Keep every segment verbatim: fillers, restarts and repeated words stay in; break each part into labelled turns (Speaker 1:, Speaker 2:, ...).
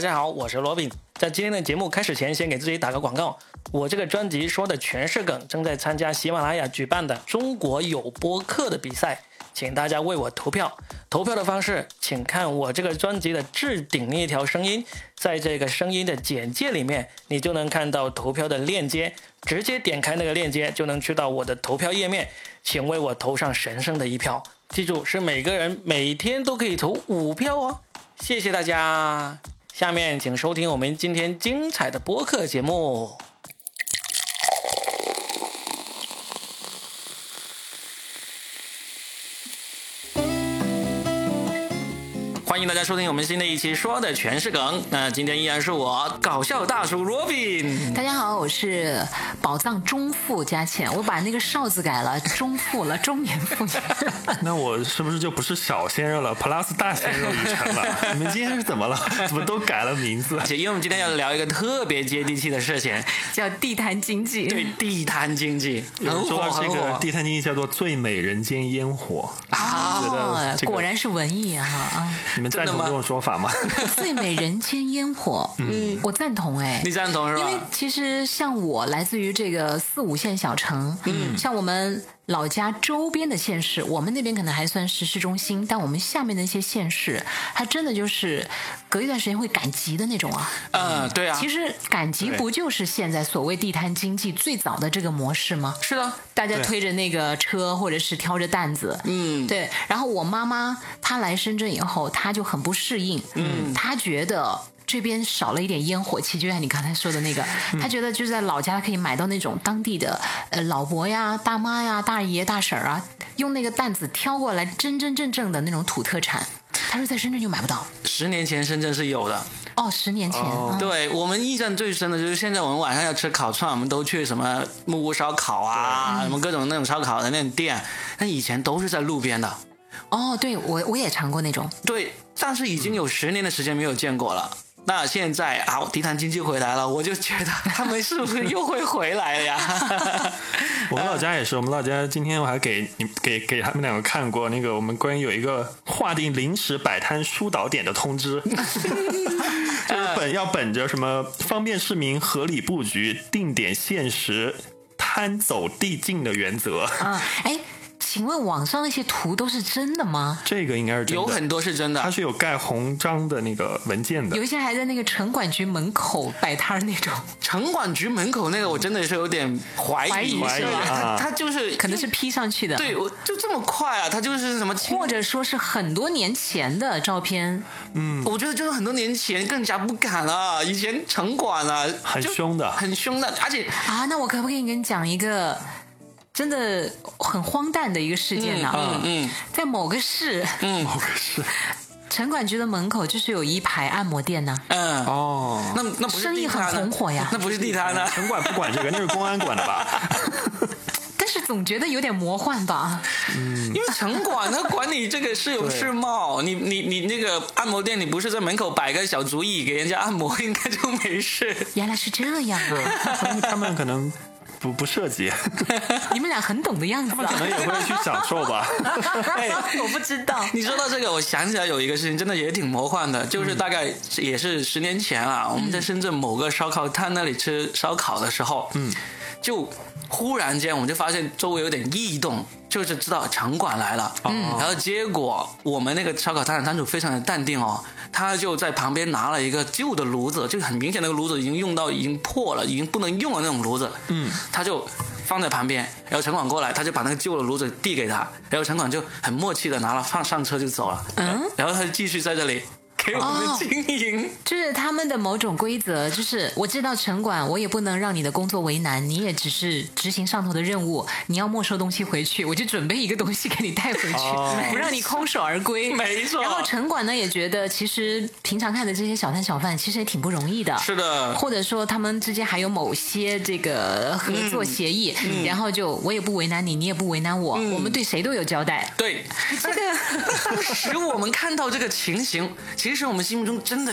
Speaker 1: 大家好，我是罗宾。在今天的节目开始前，先给自己打个广告。我这个专辑说的全是梗，正在参加喜马拉雅举办的中国有播客的比赛，请大家为我投票。投票的方式，请看我这个专辑的置顶那一条声音，在这个声音的简介里面，你就能看到投票的链接，直接点开那个链接就能去到我的投票页面，请为我投上神圣的一票。记住，是每个人每天都可以投五票哦。谢谢大家。下面请收听我们今天精彩的播客节目。欢迎大家收听我们新的一期说的全是梗。那今天依然是我搞笑大叔 Robin。
Speaker 2: 大家好，我是宝藏中富佳倩，我把那个少字改了，中富了，中年妇女。
Speaker 3: 那我是不是就不是小鲜肉了 plus 大鲜肉雨辰了？你们今天是怎么了？怎么都改了名字？
Speaker 1: 而且因为我们今天要聊一个特别接地气的事情，
Speaker 2: 叫地摊经济。
Speaker 1: 对，地摊经济很
Speaker 3: 说
Speaker 1: 火很
Speaker 3: 到这个
Speaker 1: 火。
Speaker 3: 地摊经济叫做最美人间烟火啊，觉得、这个、
Speaker 2: 果然是文艺啊！啊
Speaker 3: 你们赞同这种说法吗？
Speaker 2: 最美人间烟火，嗯，我赞同哎，
Speaker 1: 你赞同是吧？
Speaker 2: 因为其实像我来自于这个四五线小城，嗯，像我们老家周边的县市，我们那边可能还算是市中心，但我们下面的一些县市，它真的就是隔一段时间会赶集的那种啊。
Speaker 1: 嗯，对啊。
Speaker 2: 其实赶集不就是现在所谓地摊经济最早的这个模式吗？
Speaker 1: 是的，
Speaker 2: 大家推着那个车或者是挑着担子，
Speaker 1: 嗯，
Speaker 2: 对。然后我妈妈她来深圳以后，她就很不适应，嗯，她觉得这边少了一点烟火气，就像你刚才说的那个，她觉得就是在老家可以买到那种当地的呃老伯呀、大妈呀、大爷大婶啊，用那个担子挑过来真真正正的那种土特产。她说在深圳就买不到。
Speaker 1: 十年前深圳是有的。
Speaker 2: 哦，十年前。
Speaker 3: 哦
Speaker 2: 嗯、
Speaker 1: 对，我们印象最深的就是现在我们晚上要吃烤串，我们都去什么木屋烧烤啊，什么各种那种烧烤的那种店，但以前都是在路边的。
Speaker 2: 哦，对，我我也尝过那种。
Speaker 1: 对，但是已经有十年的时间没有见过了。那现在啊，地摊经济回来了，我就觉得他们是不是又会回来了呀？
Speaker 3: 我们老家也是，我们老家今天我还给你给给他们两个看过那个我们关于有一个划定临时摆摊疏导点的通知，就是本要本着什么方便市民合理布局、定点限时、摊走地径的原则。
Speaker 2: 啊，哎。请问网上那些图都是真的吗？
Speaker 3: 这个应该是真的，
Speaker 1: 有很多是真的，
Speaker 3: 它是有盖红章的那个文件的，
Speaker 2: 有一些还在那个城管局门口摆摊那种。
Speaker 1: 城管局门口那个我真的是有点怀疑，
Speaker 2: 怀疑
Speaker 1: 是吧？
Speaker 3: 啊、
Speaker 1: 他就是
Speaker 2: 可能是 P 上去的，
Speaker 1: 对，我就这么快啊？他就是什么，
Speaker 2: 或者说是很多年前的照片。
Speaker 1: 嗯，我觉得就是很多年前更加不敢了，以前城管啊
Speaker 3: 很凶的，
Speaker 1: 很凶的，而且
Speaker 2: 啊，那我可不可以跟你讲一个？真的很荒诞的一个事件啊！
Speaker 1: 嗯嗯，
Speaker 2: 在某个市，
Speaker 1: 嗯，
Speaker 3: 某个市，
Speaker 2: 城管局的门口就是有一排按摩店呢、
Speaker 1: 啊。嗯，
Speaker 3: 哦，
Speaker 1: 那那不是
Speaker 2: 生意很红火呀？
Speaker 1: 那不是地摊呢？
Speaker 3: 城管不管这个，那是公安管的吧？
Speaker 2: 但是总觉得有点魔幻吧？
Speaker 3: 嗯，
Speaker 1: 因为城管他管你这个是有是貌，你你你那个按摩店，你不是在门口摆个小竹椅给人家按摩，应该就没事。
Speaker 2: 原来是这样啊！
Speaker 3: 所以他们可能。不不涉及，
Speaker 2: 你们俩很懂的样子、啊，
Speaker 3: 他们可能也会去享受吧。
Speaker 2: 哎，我不知道。
Speaker 1: 你说到这个，我想起来有一个事情，真的也挺魔幻的，就是大概也是十年前啊，嗯、我们在深圳某个烧烤摊那里吃烧烤的时候，嗯，就忽然间我们就发现周围有点异动，就是知道城管来了，嗯，然后结果我们那个烧烤摊的摊主非常的淡定哦。他就在旁边拿了一个旧的炉子，就很明显那个炉子已经用到已经破了，已经不能用了那种炉子。嗯，他就放在旁边，然后城管过来，他就把那个旧的炉子递给他，然后城管就很默契的拿了放上车就走了。嗯，然后他就继续在这里给我们经营、哦，
Speaker 2: 就是他们的某种规则，就是我知道城管，我也不能让你的工作为难，你也只是执行上头的任务，你要没收东西回去，我就准备一个东西给你带回去，哦、不让你空手而归。
Speaker 1: 没错。
Speaker 2: 然后城管呢也觉得，其实平常看的这些小摊小贩其实也挺不容易的，
Speaker 1: 是的，
Speaker 2: 或者说他们之间还有某些这个合作协议，嗯、然后就我也不为难你，你也不为难我，嗯、我们对谁都有交代。
Speaker 1: 对，这个当时我们看到这个情形，其实。其实我们心目中真的第一时间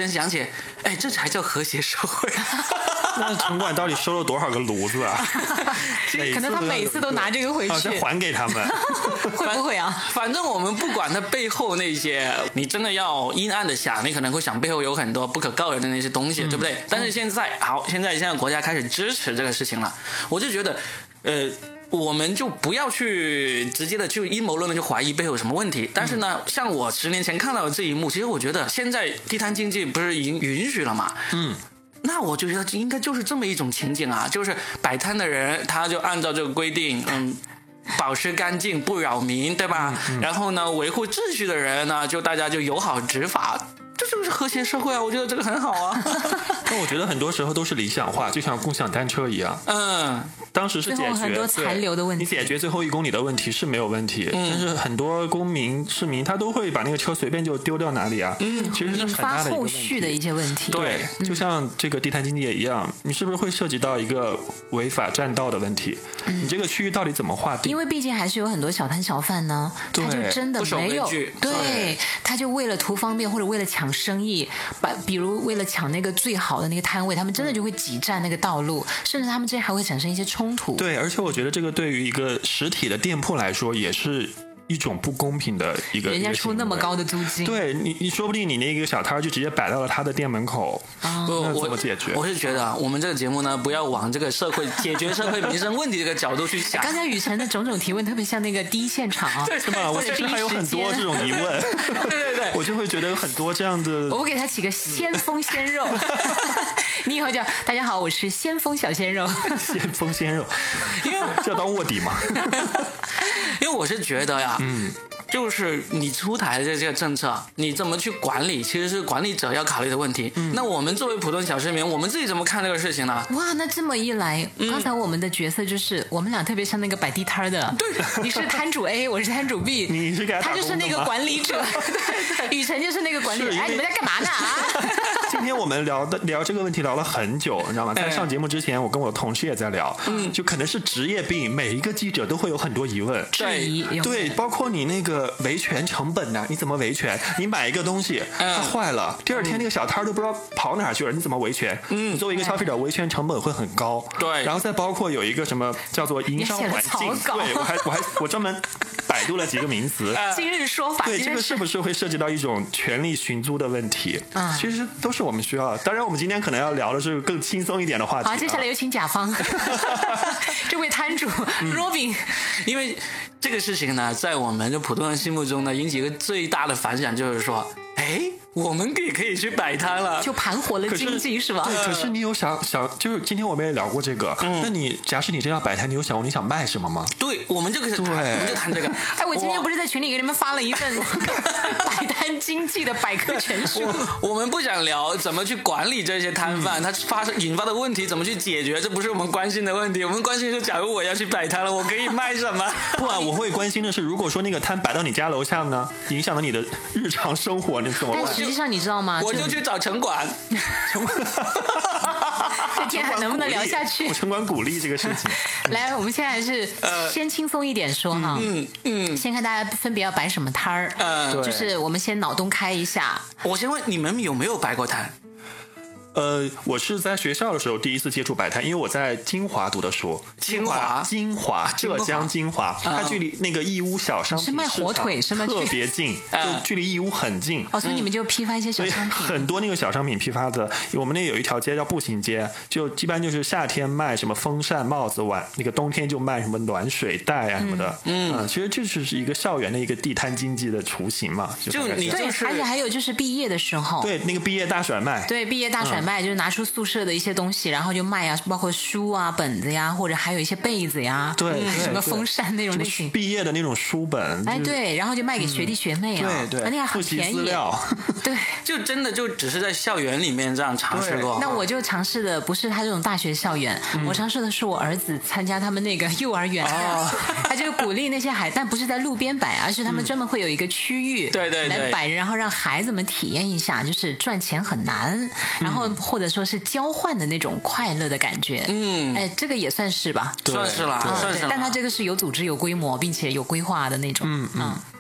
Speaker 1: 然想起，哎，这才叫和谐社会。
Speaker 3: 那城管到底收了多少个炉子啊？
Speaker 2: 可能他每次都拿这个回去，
Speaker 3: 啊、再还给他们，
Speaker 2: 会不会啊？
Speaker 1: 反正我们不管它背后那些，你真的要阴暗的想，你可能会想背后有很多不可告人的那些东西，嗯、对不对？但是现在好，现在现在国家开始支持这个事情了，我就觉得，呃。我们就不要去直接的去阴谋论的去怀疑背后有什么问题，但是呢，嗯、像我十年前看到的这一幕，其实我觉得现在地摊经济不是已经允许了嘛？嗯，那我就觉得应该就是这么一种情景啊，就是摆摊的人他就按照这个规定，嗯。保持干净不扰民，对吧？嗯嗯、然后呢，维护秩序的人呢，就大家就友好执法，这就是和谐社会啊！我觉得这个很好啊。
Speaker 3: 但我觉得很多时候都是理想化，就像共享单车一样。嗯，当时是解决
Speaker 2: 很多残留的问题，
Speaker 3: 你解决最后一公里的问题是没有问题，嗯、但是很多公民市民他都会把那个车随便就丢掉哪里啊？嗯，其实是很大的一个问题，
Speaker 2: 引发后续的一些问题。
Speaker 3: 对，嗯、就像这个地摊经济也一样，你是不是会涉及到一个违法占道的问题？嗯、你这个区域到底怎么划定？
Speaker 2: 因为毕竟还是有很多小摊小贩呢，他就真的没有，对，他就为了图方便或者为了抢生意，把比如为了抢那个最好的那个摊位，他们真的就会挤占那个道路，甚至他们之间还会产生一些冲突。
Speaker 3: 对，而且我觉得这个对于一个实体的店铺来说也是一种不公平的一个，
Speaker 2: 人家出那么高的租金，
Speaker 3: 对你，你说不定你那个小摊就直接摆到了他的店门口，啊、那怎么解决？
Speaker 1: 我是觉得我们这个节目呢，不要往这个社会解决社会民生问题这个角度去想。
Speaker 2: 刚才雨辰的种种提问，特别像那个第一现场啊，
Speaker 3: 对，是吗？我其实还有很多这种疑问，
Speaker 1: 对对对，
Speaker 3: 我就会觉得有很多这样的。
Speaker 2: 我给他起个先锋鲜肉，你以后叫大家好，我是先锋小鲜肉，
Speaker 3: 先锋鲜肉，因为要当卧底嘛。
Speaker 1: 因为我是觉得呀，嗯。就是你出台的这个政策，你怎么去管理，其实是管理者要考虑的问题。嗯、那我们作为普通小市民，我们自己怎么看这个事情呢？
Speaker 2: 哇，那这么一来，嗯、刚才我们的角色就是我们俩特别像那个摆地摊的，
Speaker 1: 对，
Speaker 2: 你是摊主 A， 我是摊主 B，
Speaker 3: 你是给他打工的吗？
Speaker 2: 他就是那个管理者，对对，雨辰就是那个管理者。哎，你们在干嘛呢啊？
Speaker 3: 今天我们聊的聊这个问题聊了很久，你知道吗？在上节目之前，我跟我同事也在聊，嗯，就可能是职业病，每一个记者都会有很多疑问，
Speaker 2: 质疑，
Speaker 3: 对，包括你那个维权成本呢、啊？你怎么维权？你买一个东西它坏了，嗯、第二天那个小摊都不知道跑哪去了，你怎么维权？嗯，你作为一个消费者，维权成本会很高。
Speaker 1: 对，
Speaker 3: 然后再包括有一个什么叫做营商环境，对我还我还我专门百度了几个名词。
Speaker 2: 今日说法，
Speaker 3: 对，这个是不是会涉及到一种权利寻租的问题？啊、嗯，其实都是我们需要的。当然，我们今天可能要聊的是更轻松一点的话题、啊。
Speaker 2: 好，接下来有请甲方，这位摊主、嗯、Robin，
Speaker 1: 因为这个事情呢，在我们的普通人心目中呢，引起一个最大的反响，就是说，哎，我们也可以去摆摊了，
Speaker 2: 就盘活了经济 是, 是吧？
Speaker 3: 对，可是你有想想，就是今天我们也聊过这个，嗯、那你假使你真要摆摊，你有想过你想卖什么吗？
Speaker 1: 对，我们就可以，对，我们就谈这个。
Speaker 2: 哎，我今天不是在群里给你们发了一份摆摊经济的百科全书。
Speaker 1: 我, 我们不想聊怎么去管理这些摊贩，嗯、它发生引发的问题怎么去解决，这不是我们关心的问题。我们关心是，假如我要去摆摊了，我可以卖什么？
Speaker 3: 不啊，我会关心的是，如果说那个摊摆到你家楼下呢，影响了你的日常生活，你怎么办？
Speaker 2: 但实际上你知道吗？
Speaker 1: 我就去找城管。
Speaker 3: 城管，
Speaker 2: 这天还能不能聊下去？
Speaker 3: 我城管鼓励这个事情。
Speaker 2: 来，我们现在还是先轻松一点说哈。嗯嗯。先看大家分别要摆什么摊儿。嗯，就是我们先脑洞开一下。
Speaker 1: 我先问你们有没有摆过摊？
Speaker 3: 呃，我是在学校的时候第一次接触摆摊，因为我在金华读的书。
Speaker 1: 金华，
Speaker 3: 金华，浙江金华，它距离那个义乌小商品
Speaker 2: 是卖火腿是吗？
Speaker 3: 特别近，就距离义乌很近。
Speaker 2: 哦，所以你们就批发一些小商品。
Speaker 3: 很多那个小商品批发的，我们那有一条街叫步行街，就一般就是夏天卖什么风扇、帽子、碗，那个冬天就卖什么暖水袋啊什么的。嗯，嗯其实这就是一个校园的一个地摊经济的雏形嘛。就,
Speaker 1: 就你
Speaker 2: 对，而且还有就是毕业的时候，
Speaker 3: 对那个毕业大甩卖，
Speaker 2: 对毕业大甩卖。嗯就是拿出宿舍的一些东西，然后就卖啊，包括书啊、本子呀，或者还有一些被子呀，
Speaker 3: 对，
Speaker 2: 嗯、什么风扇那种类型，
Speaker 3: 毕业的那种书本，
Speaker 2: 哎，对，然后就卖给学弟学妹啊，
Speaker 3: 嗯、对对，
Speaker 2: 那个很便宜，对，
Speaker 1: 就真的就只是在校园里面这样尝试过。
Speaker 2: 那我就尝试的不是他这种大学校园，嗯、我尝试的是我儿子参加他们那个幼儿园，哦、他就鼓励那些孩，但不是在路边摆，而是他们专门会有一个区域，
Speaker 1: 对对对，
Speaker 2: 来摆，然后让孩子们体验一下，就是赚钱很难，然后或者说是交换的那种快乐的感觉，嗯，哎，这个也算是吧，
Speaker 1: 算是啦，算是啦。
Speaker 2: 但他这个是有组织、有规模，并且有规划的那种，嗯嗯。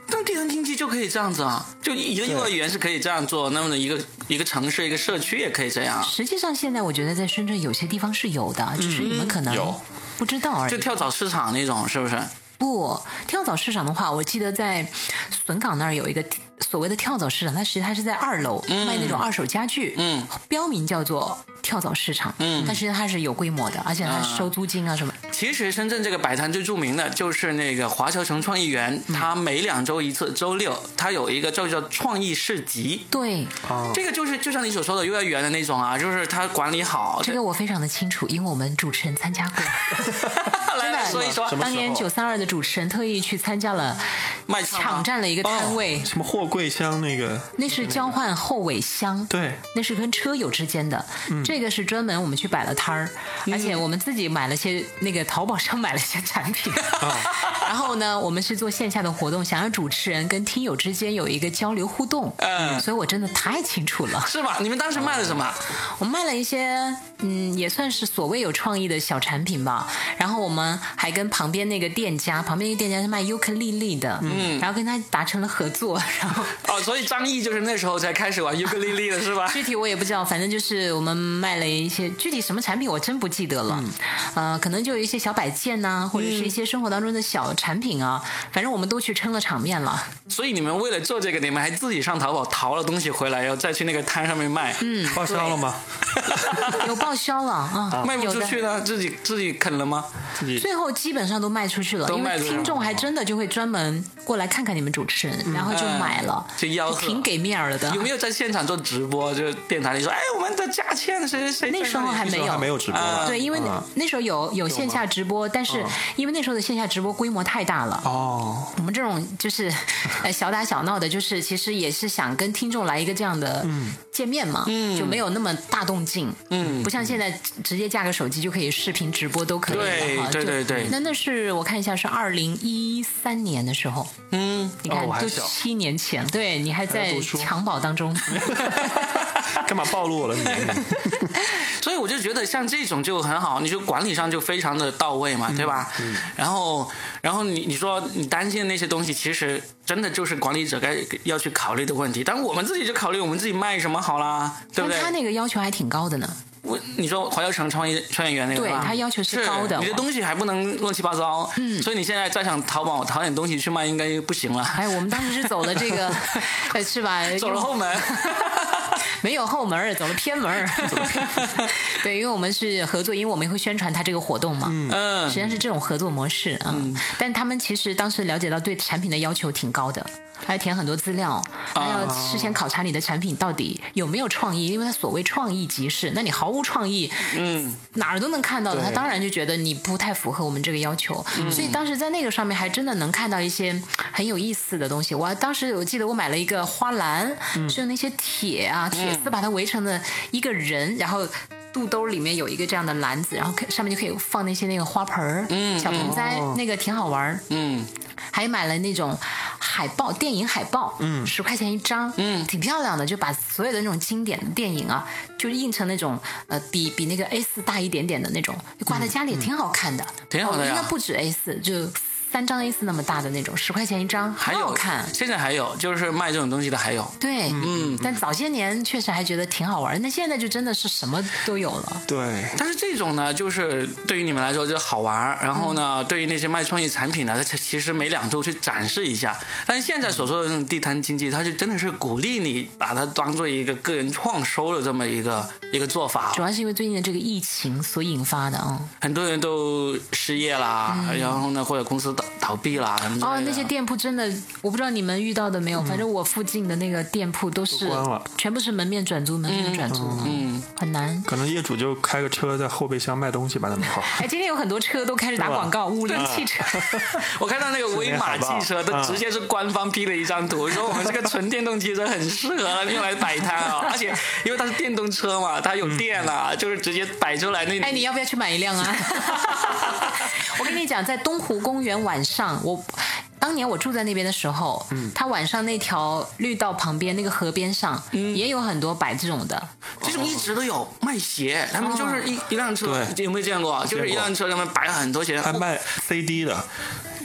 Speaker 1: 但地摊经济就可以这样子啊，就一个幼儿园是可以这样做，那么一个一个城市一个社区也可以这样。
Speaker 2: 实际上现在我觉得在深圳有些地方是有的，只是你们可能不知道而已。
Speaker 1: 就跳蚤市场那种是不是？
Speaker 2: 不，跳蚤市场的话，我记得在笋岗那儿有一个所谓的跳蚤市场，它实际它是在二楼、嗯、卖那种二手家具，嗯，标明叫做跳蚤市场，嗯，但是它是有规模的，而且它收租金啊什么。
Speaker 1: 嗯、其实深圳这个摆摊最著名的就是那个华侨城创意园，嗯、它每两周一次，周六它有一个叫叫创意市集。
Speaker 2: 对，
Speaker 3: 哦、
Speaker 1: 这个就是就像你所说的幼儿园的那种啊，就是它管理好。
Speaker 2: 这个我非常的清楚，因为我们主持人参加过。
Speaker 1: 来来说一说，
Speaker 2: 当年九三二的主持人特意去参加了，
Speaker 1: 卖
Speaker 2: 抢占了一个摊位，
Speaker 3: 哦、什么货柜箱那个，
Speaker 2: 那是交换后尾箱，
Speaker 3: 对，
Speaker 2: 那是跟车友之间的，嗯、这个是专门我们去摆了摊儿，嗯、而且我们自己买了些那个淘宝上买了些产品，哦、然后呢，我们是做线下的活动，想让主持人跟听友之间有一个交流互动，嗯，所以我真的太清楚了，
Speaker 1: 是吧？你们当时卖了什么？
Speaker 2: 我们卖了一些，嗯，也算是所谓有创意的小产品吧，然后我们还跟旁边那个店家，旁边那个店家是卖尤克里里的，嗯，然后跟他达成了合作，然后
Speaker 1: 哦，所以张毅就是那时候才开始玩尤克里里的是吧？
Speaker 2: 具体我也不知道，反正就是我们卖了一些具体什么产品我真不记得了，嗯、呃，可能就有一些小摆件呐、啊，或者是一些生活当中的小产品啊，嗯、反正我们都去撑了场面了。
Speaker 1: 所以你们为了做这个，你们还自己上淘宝淘了东西回来，然后再去那个摊上面卖，
Speaker 2: 嗯，
Speaker 3: 报销了吗？
Speaker 2: 有报销了啊，
Speaker 1: 卖不出去呢，自己自己啃了吗？
Speaker 3: 自己
Speaker 2: 最后基本上都卖出去了，因为听众还真的就会专门过来看看你们主持人，嗯、然后就买了，
Speaker 1: 就吆喝，
Speaker 2: 挺给面儿了的。
Speaker 1: 有没有在现场做直播？就是电台里说，哎，我们的价签谁谁谁？
Speaker 2: 那时候还没有，
Speaker 3: 还没有直播、啊。
Speaker 2: 对，因为那, 那时候有有线下直播，但是因为那时候的线下直播规模太大了。
Speaker 3: 哦，
Speaker 2: 我们这种就是呃小打小闹的，就是其实也是想跟听众来一个这样的见面嘛，嗯、就没有那么大动静。嗯，不像现在直接架个手机就可以视频直播都可以了。
Speaker 1: 对对对对。
Speaker 2: 那那是我看一下是二零一三年的时候。嗯，你看、
Speaker 3: 哦、
Speaker 2: 都七年前，对你还在襁褓当中。
Speaker 3: 干嘛暴露了你？
Speaker 1: 所以我就觉得像这种就很好，你就管理上就非常的到位嘛，嗯、对吧？嗯、然后，然后你你说你担心的那些东西，其实真的就是管理者该要去考虑的问题。但我们自己就考虑我们自己卖什么好啦，对不对？
Speaker 2: 但他那个要求还挺高的呢。
Speaker 1: 我你说华侨城创业创业园那个，
Speaker 2: 对他要求是高的，
Speaker 1: 你的东西还不能乱七八糟，嗯，所以你现在再想淘宝淘点东西去卖，应该不行了。
Speaker 2: 哎，我们当时是走了这个，呃，是吧？
Speaker 1: 走了后门。
Speaker 2: 没有后门，走了偏门。对，因为我们是合作，因为我们会宣传他这个活动嘛。嗯，实际上是这种合作模式啊。嗯，但他们其实当时了解到对产品的要求挺高的，还要填很多资料，还要事先考察你的产品到底有没有创意，因为他所谓创意即是，那你毫无创意，嗯，哪儿都能看到的，他当然就觉得你不太符合我们这个要求。嗯、所以当时在那个上面还真的能看到一些很有意思的东西。我当时我记得我买了一个花篮，嗯、是用那些铁啊铁丝把它围成了一个人，然后肚兜里面有一个这样的篮子，然后上面就可以放那些那个花盆、嗯、小盆栽，嗯、那个挺好玩。嗯，还买了那种海报，电影海报，嗯，十块钱一张，嗯，挺漂亮的，就把所有的那种经典的电影啊，就印成那种呃比比那个 A 四 大一点点的那种，挂在家里也挺好看的，
Speaker 1: 嗯、挺好的呀，
Speaker 2: 哦、应该不止 A 四，就三张 A 四 那么大的那种，十块钱一张，
Speaker 1: 还有
Speaker 2: 好看。
Speaker 1: 现在还有，就是卖这种东西的还有。
Speaker 2: 对，嗯，但早些年确实还觉得挺好玩，那现在就真的是什么都有了。
Speaker 3: 对，
Speaker 1: 但是这种呢，就是对于你们来说就好玩，然后呢，嗯、对于那些卖创意产品呢，它其实每两周去展示一下。但是现在所说的那种地摊经济，它就真的是鼓励你把它当做一个个人创收的这么一个一个做法。
Speaker 2: 主要是因为最近的这个疫情所引发的啊，
Speaker 1: 很多人都失业啦，嗯、然后呢，或者公司倒倒闭啦什么之类的。
Speaker 2: 哦，那些店铺真的，我不知道你们遇到的没有，嗯、反正我附近的那个店铺都是
Speaker 3: 都
Speaker 2: 全部是门面转租，门面转租，嗯，嗯很难。
Speaker 3: 可能业主就开个车在后备箱卖东西把他们跑。
Speaker 2: 哎，今天有很多车都开始打广告，五菱汽车。
Speaker 1: 我看到那个威马汽车，都直接是官方 P 了一张图，说我们这个纯电动汽车很适合用来摆摊啊，而且因为它是电动车嘛，它有电啊，嗯、就是直接摆出来那。
Speaker 2: 哎，你要不要去买一辆啊？我跟你讲，在东湖公园晚上，我当年我住在那边的时候，嗯，它晚上那条绿道旁边那个河边上，嗯，也有很多摆这种的，
Speaker 1: 这种一直都有卖鞋，他们就是一、哦、一辆车，有没有见过？就是一辆车上面摆很多鞋，
Speaker 3: 还卖 C D 的。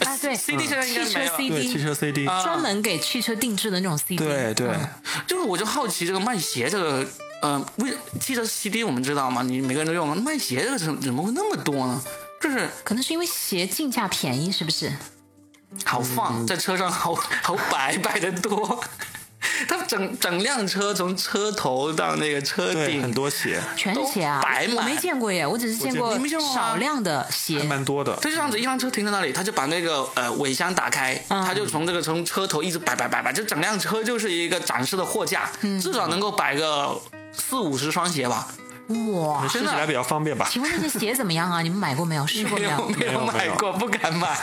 Speaker 2: 啊，对
Speaker 1: C D 现在应该
Speaker 2: 汽车
Speaker 1: 没有
Speaker 2: C
Speaker 3: 对，汽
Speaker 2: D，
Speaker 3: 车 C D，、
Speaker 2: 专门给汽车定制的那种 C D。
Speaker 3: 对对、
Speaker 2: 嗯
Speaker 1: 就是我就好奇这个卖鞋这个，呃，为汽车 C D 我们知道嘛，你每个人都用，卖鞋这个怎怎么会那么多呢？就是
Speaker 2: 可能是因为鞋进价便宜，是不是？
Speaker 1: 好放、在车上好好摆摆的多。它整整辆车从车头到那个车
Speaker 3: 对，
Speaker 1: 顶
Speaker 3: 很多鞋，
Speaker 2: 全是鞋啊
Speaker 1: 都摆！满
Speaker 2: 我没见过耶，我只是见过
Speaker 1: 你没见过吗
Speaker 2: 少量的鞋
Speaker 3: 还。蛮多的。
Speaker 1: 就这样子，一辆车停在那里，他就把那个呃尾箱打开，
Speaker 2: 嗯
Speaker 1: 他就从这个从车头一直摆摆摆摆，就整辆车就是一个展示的货架，
Speaker 2: 嗯
Speaker 1: 至少能够摆个四五十双鞋吧。
Speaker 2: 哇！
Speaker 3: 试起来比较方便吧？
Speaker 2: 请问那些鞋怎么样啊？你们买过没有？试过没有？
Speaker 1: 没有买过，不敢买。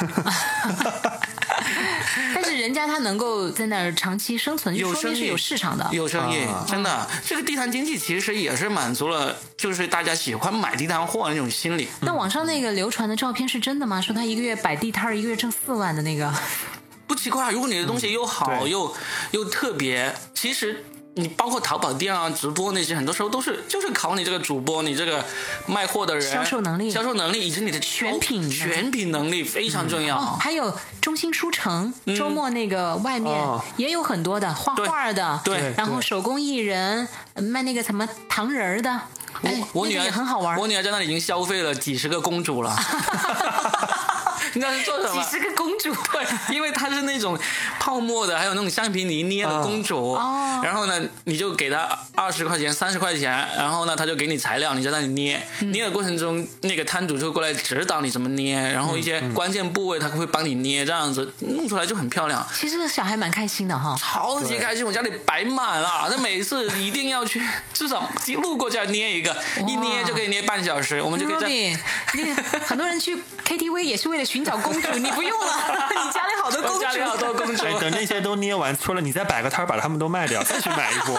Speaker 2: 但是人家他能够在那儿长期生存，就
Speaker 1: 有生意
Speaker 2: 说明是有市场的。
Speaker 1: 有生意，
Speaker 3: 啊
Speaker 1: 真的，这个地摊经济其实也是满足了，就是大家喜欢买地摊货的那种心理。
Speaker 2: 那网上那个流传的照片是真的吗？说他一个月摆地摊儿，一个月挣四万的那个。
Speaker 1: 不奇怪，如果你的东西又好、
Speaker 3: 嗯对
Speaker 1: 又又特别，其实你包括淘宝店啊、直播那些，很多时候都是就是考你这个主播、你这个卖货的人
Speaker 2: 销售能力
Speaker 1: 销售能力以及你的
Speaker 2: 选品能力
Speaker 1: 选品能力非常重要。
Speaker 2: 哦，还有中心书城，
Speaker 1: 嗯
Speaker 2: 周末那个外面
Speaker 3: 哦
Speaker 2: 也有很多的画画的，
Speaker 1: 对对
Speaker 2: 然后手工艺人卖那个什么糖人儿的，哎，那个
Speaker 1: 我女儿
Speaker 2: 也很好玩。
Speaker 1: 我女儿在那里已经消费了几十个公主了。你知道是做什么？
Speaker 2: 几十个公主，
Speaker 1: 对，因为它是那种泡沫的，还有那种橡皮泥捏的公主。
Speaker 2: 哦
Speaker 1: 然后呢，你就给她二十块钱、三十块钱，然后呢，他就给你材料，你在那里捏。
Speaker 2: 嗯
Speaker 1: 捏的过程中，那个摊主就过来指导你怎么捏，然后一些关键部位他会帮你捏，这样子弄出来就很漂亮。
Speaker 2: 其实小孩蛮开心的哈。
Speaker 1: 超级开心，我家里摆满了，那每次一定要去，至少路过这儿捏一个，一捏就可以捏半小时，我们就可以在。
Speaker 2: Robin，你很多人去 K T V 也是为了寻找公主，你不用了，你家里好多公主，
Speaker 1: 我家里好多公主。
Speaker 3: 哎，等那些都捏完，除了你再摆个摊儿把它们都卖掉，再去买一波。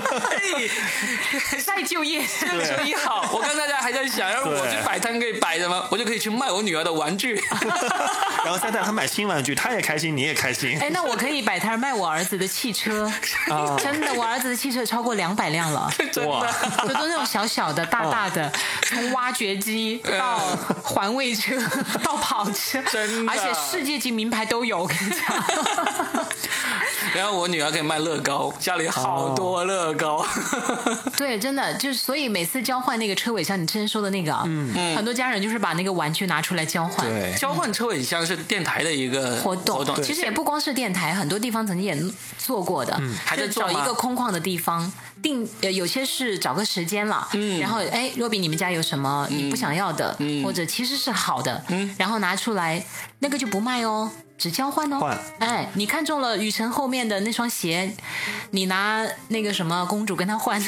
Speaker 2: 再就业。
Speaker 1: 这个主意好，我刚才还在想，要是我去摆摊可以摆什么，我就可以去卖我女儿的玩具。
Speaker 3: 然后再带他买新玩具，他也开心，你也开心。
Speaker 2: 哎，那我可以摆摊卖我儿子的汽车，真的，我儿子的汽车超过两百辆了。
Speaker 1: 真
Speaker 3: 哇
Speaker 1: 的，
Speaker 2: 就都那种小小的、大大的，从挖掘机到环卫车到跑车，
Speaker 1: 真的
Speaker 2: 而且世界级名牌都有，我跟你讲。
Speaker 1: 然后我女儿可以卖乐高，家里好多乐高。
Speaker 2: 对，真的就是，所以每次交换那个车尾箱，你之前说的那个啊，嗯，很多家人就是把那个玩具拿出来交换。
Speaker 3: 对，
Speaker 1: 交换车尾箱是电台的一个
Speaker 2: 活动，
Speaker 1: 活动，
Speaker 2: 其实也不光是电台，很多地方曾经也做过的，
Speaker 1: 还在
Speaker 2: 就找
Speaker 1: 做吗
Speaker 2: 一个空旷的地方，定呃有些是找个时间了，嗯，然后哎，若比你们家有什么你不想要的，嗯，或者其实是好的，嗯，然后拿出来，那个就不卖哦。只交换哦，
Speaker 3: 换
Speaker 2: 哎，你看中了雨辰后面的那双鞋，你拿那个什么公主跟他换，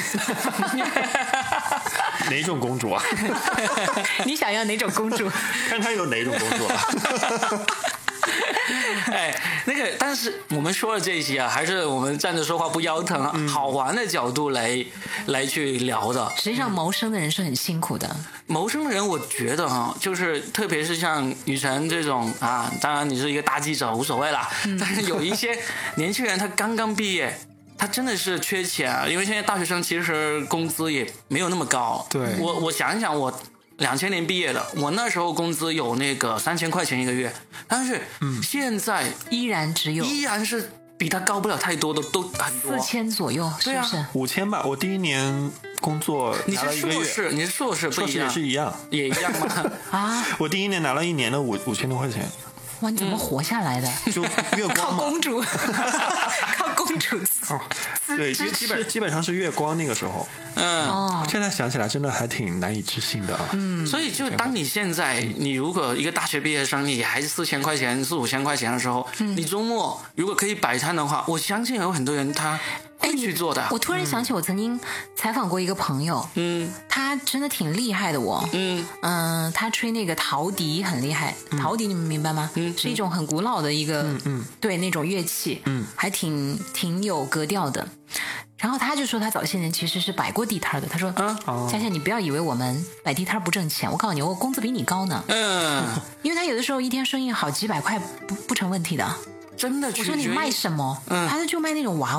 Speaker 3: 哪种公主啊？
Speaker 2: 你想要哪种公主？
Speaker 3: 看他有哪种公主啊？
Speaker 1: 哎，那个，但是我们说的这些啊，还是我们站着说话不腰疼啊，好玩的角度来来去聊的。
Speaker 2: 实际上谋生的人是很辛苦的。
Speaker 1: 谋生的人，我觉得哈，就是特别是像雨辰这种啊，当然你是一个大记者无所谓啦，但是有一些年轻人他刚刚毕业。他真的是缺钱啊，因为现在大学生其实工资也没有那么高。
Speaker 3: 对，
Speaker 1: 我我想一想，我两千年毕业的，我那时候工资有那个三千块钱一个月，但是现在
Speaker 2: 依然只有
Speaker 1: 依然是比他高不了太多的，都很多
Speaker 2: 四千左右，是不是？
Speaker 3: 五千吧，我第一年工作
Speaker 1: 你是
Speaker 3: 拿了一个月，
Speaker 1: 硕士，你是硕士，不
Speaker 3: 硕士也
Speaker 1: 一样，
Speaker 3: 是一样，
Speaker 1: 也一样吗？
Speaker 2: 啊，
Speaker 3: 我第一年拿了一年的五五千多块钱，
Speaker 2: 哇，你怎么活下来的？
Speaker 3: 就月
Speaker 2: 靠
Speaker 3: 光嘛。
Speaker 2: 公主，靠公主
Speaker 3: 哦，对，基基本基本上是月光那个时候。
Speaker 1: 嗯。
Speaker 2: 哦，
Speaker 3: 现在想起来真的还挺难以置信的啊。嗯，
Speaker 1: 所以，就是当你现在，你如果一个大学毕业生，你还是四千块钱、四五千块钱的时候，你周末如果可以摆摊的话，我相信有很多人他会去做的。
Speaker 2: 我突然想起，我曾经采访过一个朋友，
Speaker 1: 嗯
Speaker 2: 他真的挺厉害的我，
Speaker 1: 嗯
Speaker 2: 嗯，他吹那个陶笛很厉害，陶笛你们明白吗？
Speaker 1: 嗯
Speaker 2: 是一种很古老的一个，
Speaker 3: 嗯嗯
Speaker 2: 对那种乐器，
Speaker 3: 嗯，
Speaker 2: 还挺挺有格调的。然后他就说他早些年其实是摆过地摊的，他说，
Speaker 1: 啊
Speaker 3: 哦
Speaker 2: 佳佳你不要以为我们摆地摊不挣钱，我告诉你我工资比你高呢，
Speaker 1: 嗯，
Speaker 2: 因为他有的时候一天生意好几百块不不成问题的。
Speaker 1: 真的取决于。
Speaker 2: 我说你卖什么？
Speaker 1: 嗯
Speaker 2: 他说就卖那种娃娃，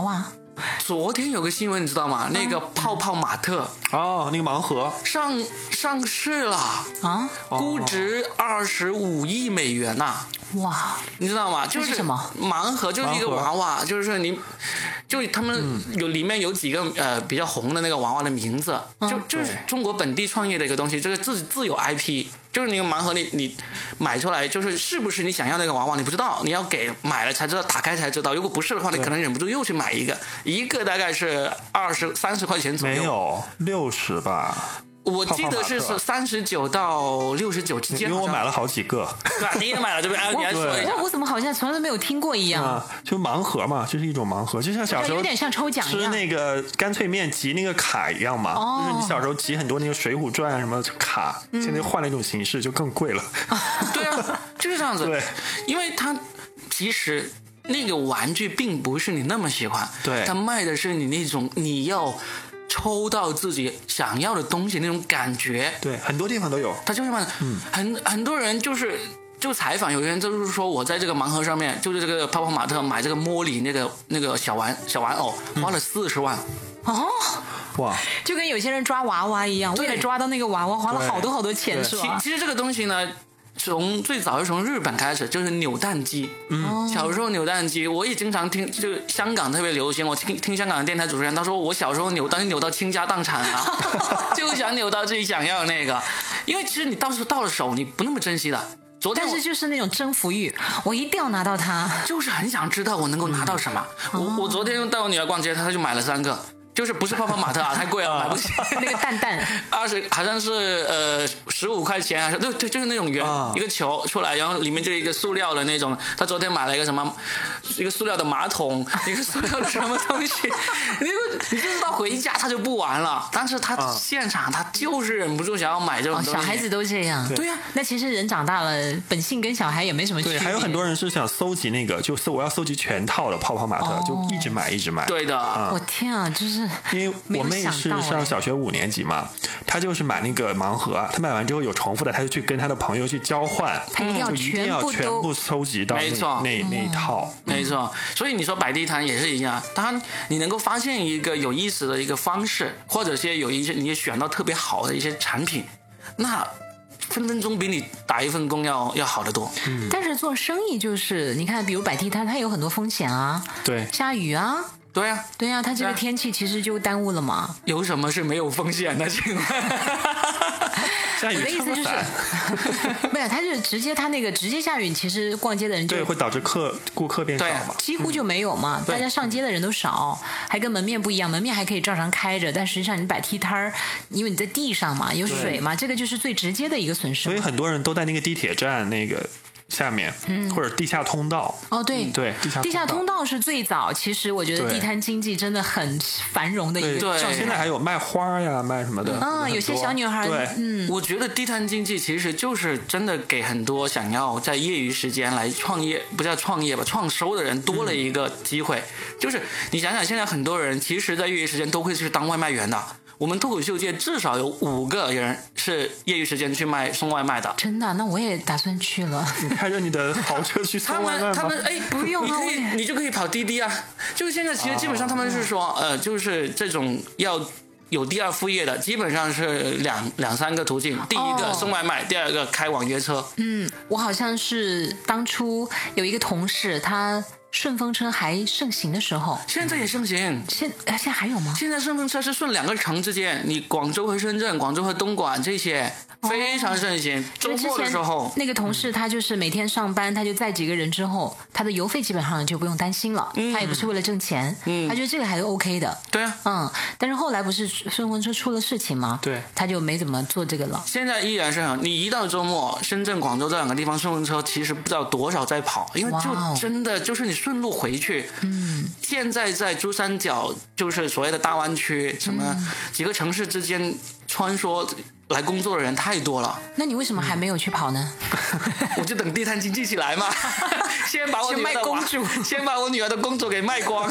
Speaker 1: 昨天有个新闻你知道吗？那个泡泡玛特
Speaker 3: 哦，那个盲盒
Speaker 1: 上上市了
Speaker 2: 啊，
Speaker 1: 估值二十五亿美元呐、啊！
Speaker 2: 哇，
Speaker 1: 你知道吗？就是
Speaker 2: 这是什么
Speaker 1: 盲盒，就是一个娃娃，就是你，就他们有里面有几个呃比较红的那个娃娃的名字，
Speaker 2: 嗯、
Speaker 1: 就就是中国本地创业的一个东西，这个自自有 I P， 就是那个盲盒你你买出来，就是是不是你想要那个娃娃你不知道，你要给买了才知道，打开才知道，如果不是的话，你可能忍不住又去买一个，一个大概是二十三十块钱左右，
Speaker 3: 没有六十吧。
Speaker 1: 我记得是是三十九到六十九之间，
Speaker 3: 因为我买了好几个。
Speaker 1: 对吧？你也买了对不对？哎，你还说一下。
Speaker 2: 我我怎么好像从来都没有听过一样？
Speaker 3: 啊，就盲盒嘛，就是一种盲盒，就像小时候
Speaker 2: 有点像抽奖一样
Speaker 3: 吃那个干脆面集那个卡一样嘛。
Speaker 2: 哦、
Speaker 3: 就是你小时候集很多那个《水浒传》什么卡，嗯、现在换了一种形式，就更贵了。
Speaker 1: 对啊，就是这样子。
Speaker 3: 对，
Speaker 1: 因为它其实。那个玩具并不是你那么喜欢，
Speaker 3: 对，
Speaker 1: 它卖的是你那种你要抽到自己想要的东西那种感觉。
Speaker 3: 对，很多地方都有。
Speaker 1: 它就是卖，嗯，很很多人就是就采访，有人就是说我在这个盲盒上面，就是这个泡泡玛特买这个茉莉那个那个小玩小玩偶，花了四十万。
Speaker 2: 嗯、哦。
Speaker 3: 哇，
Speaker 2: 就跟有些人抓娃娃一样，为了抓到那个娃娃花了好多好多钱，是吧？
Speaker 1: 其实这个东西呢。从最早是从日本开始，就是扭蛋机。嗯，小时候扭蛋机，我也经常听，就香港特别流行。我听听香港的电台主持人，他说我小时候扭蛋扭到倾家荡产啊，就想扭到自己想要的那个。因为其实你到时候到了手，你不那么珍惜的。昨天
Speaker 2: 但是就是那种征服欲，我一定要拿到它，
Speaker 1: 就是很想知道我能够拿到什么。嗯、我我昨天带我女儿逛街，她就买了三个。就是不是泡泡玛特啊，太贵了，买不起。
Speaker 2: 那个蛋蛋，
Speaker 1: 二十好像是呃十五块钱还是对对，就是那种圆、啊、一个球出来，然后里面就一个塑料的那种。他昨天买了一个什么，一个塑料的马桶，一个塑料的什么东西，你你就知道回家他就不玩了。但是他现场他就是忍不住想要买这种东西。
Speaker 2: 哦、小孩子都这样。
Speaker 1: 对呀、啊，
Speaker 2: 那其实人长大了，本性跟小孩也没什么区别。
Speaker 3: 对，还有很多人是想搜集那个，就是我要搜集全套的泡泡玛特，哦、就一直买一直买。
Speaker 1: 对的，
Speaker 3: 嗯、
Speaker 2: 我天啊，就是
Speaker 3: 因为我妹是上小学五年级嘛，她就是买那个盲盒，她买完之后有重复的，她就去跟她的朋友去交换，
Speaker 2: 她一定要
Speaker 3: 就一定要全部收集到那
Speaker 1: 没错
Speaker 3: 那那一套，
Speaker 1: 没错。所以你说摆地摊也是一样，当然你能够发现一个有意思的一个方式，或者是有一些你也选到特别好的一些产品，那分分钟比你打一份工要要好得多。
Speaker 2: 嗯、但是做生意就是你看，比如摆地摊，它有很多风险啊，
Speaker 3: 对，
Speaker 2: 下雨啊。
Speaker 1: 对呀、啊，
Speaker 2: 对呀、啊，它这个天气其实就耽误了嘛。
Speaker 1: 有什么是没有风险的？请问，
Speaker 3: 下雨
Speaker 2: 我的意思就是，没有，它就是直接，它那个直接下雨，其实逛街的人就
Speaker 3: 对会导致客顾客变少嘛，
Speaker 2: 几乎就没有嘛。
Speaker 1: 嗯、
Speaker 2: 大家上街的人都少，还跟门面不一样，门面还可以照常开着，但实际上你摆地摊儿，因为你在地上嘛，有水嘛，这个就是最直接的一个损失。
Speaker 3: 所以很多人都在那个地铁站那个下面，嗯，或者地下通道。
Speaker 2: 哦，对、
Speaker 3: 嗯、对，地下
Speaker 2: 地下通道是最早，其实我觉得地摊经济真的很繁荣的一个状态。
Speaker 3: 现在还有卖花呀，卖什么的。
Speaker 2: 啊，有些小女孩，
Speaker 3: 对，
Speaker 2: 嗯，
Speaker 1: 我觉得地摊经济其实就是真的给很多想要在业余时间来创业，不叫创业吧，创收的人多了一个机会。嗯、就是你想想，现在很多人其实，在业余时间都会去当外卖员的。我们脱口秀界至少有五个人是业余时间去卖送外卖的。
Speaker 2: 真的？那我也打算去了。
Speaker 3: 你开着你的豪车去送外卖吗？
Speaker 1: 他们他们哎，
Speaker 2: 不用啊，
Speaker 1: 你可以你就可以跑滴滴啊。就是现在其实基本上他们是说，呃，就是这种要有第二副业的，基本上是两两三个途径。第一个送外卖，第二个开网约车。
Speaker 2: 嗯，我好像是当初有一个同事，他。顺风车还盛行的时候，
Speaker 1: 现在也盛行。
Speaker 2: 现现在还有吗？
Speaker 1: 现在顺风车是顺两个城之间，你广州和深圳、广州和东莞这些非常盛行。哦、周末的时候，
Speaker 2: 那个同事他就是每天上班，他就载几个人之后，他的油费基本上就不用担心了。嗯、他也不是为了挣钱，嗯、他觉得这个还是 OK 的。
Speaker 1: 对啊，
Speaker 2: 嗯，但是后来不是顺风车出了事情吗？
Speaker 3: 对，
Speaker 2: 他就没怎么做这个了。
Speaker 1: 现在依然是很，你一到周末，深圳、广州这两个地方顺风车其实不知道多少在跑，因为就真的就是你顺路回去。
Speaker 2: 嗯，
Speaker 1: 现在在珠三角就是所谓的大湾区，什么几个城市之间穿梭来工作的人太多了。
Speaker 2: 那你为什么还没有去跑呢？
Speaker 1: 我就等地摊经济起来嘛，先把我女儿的
Speaker 2: 公主，
Speaker 1: 先把我女儿的公主给卖光，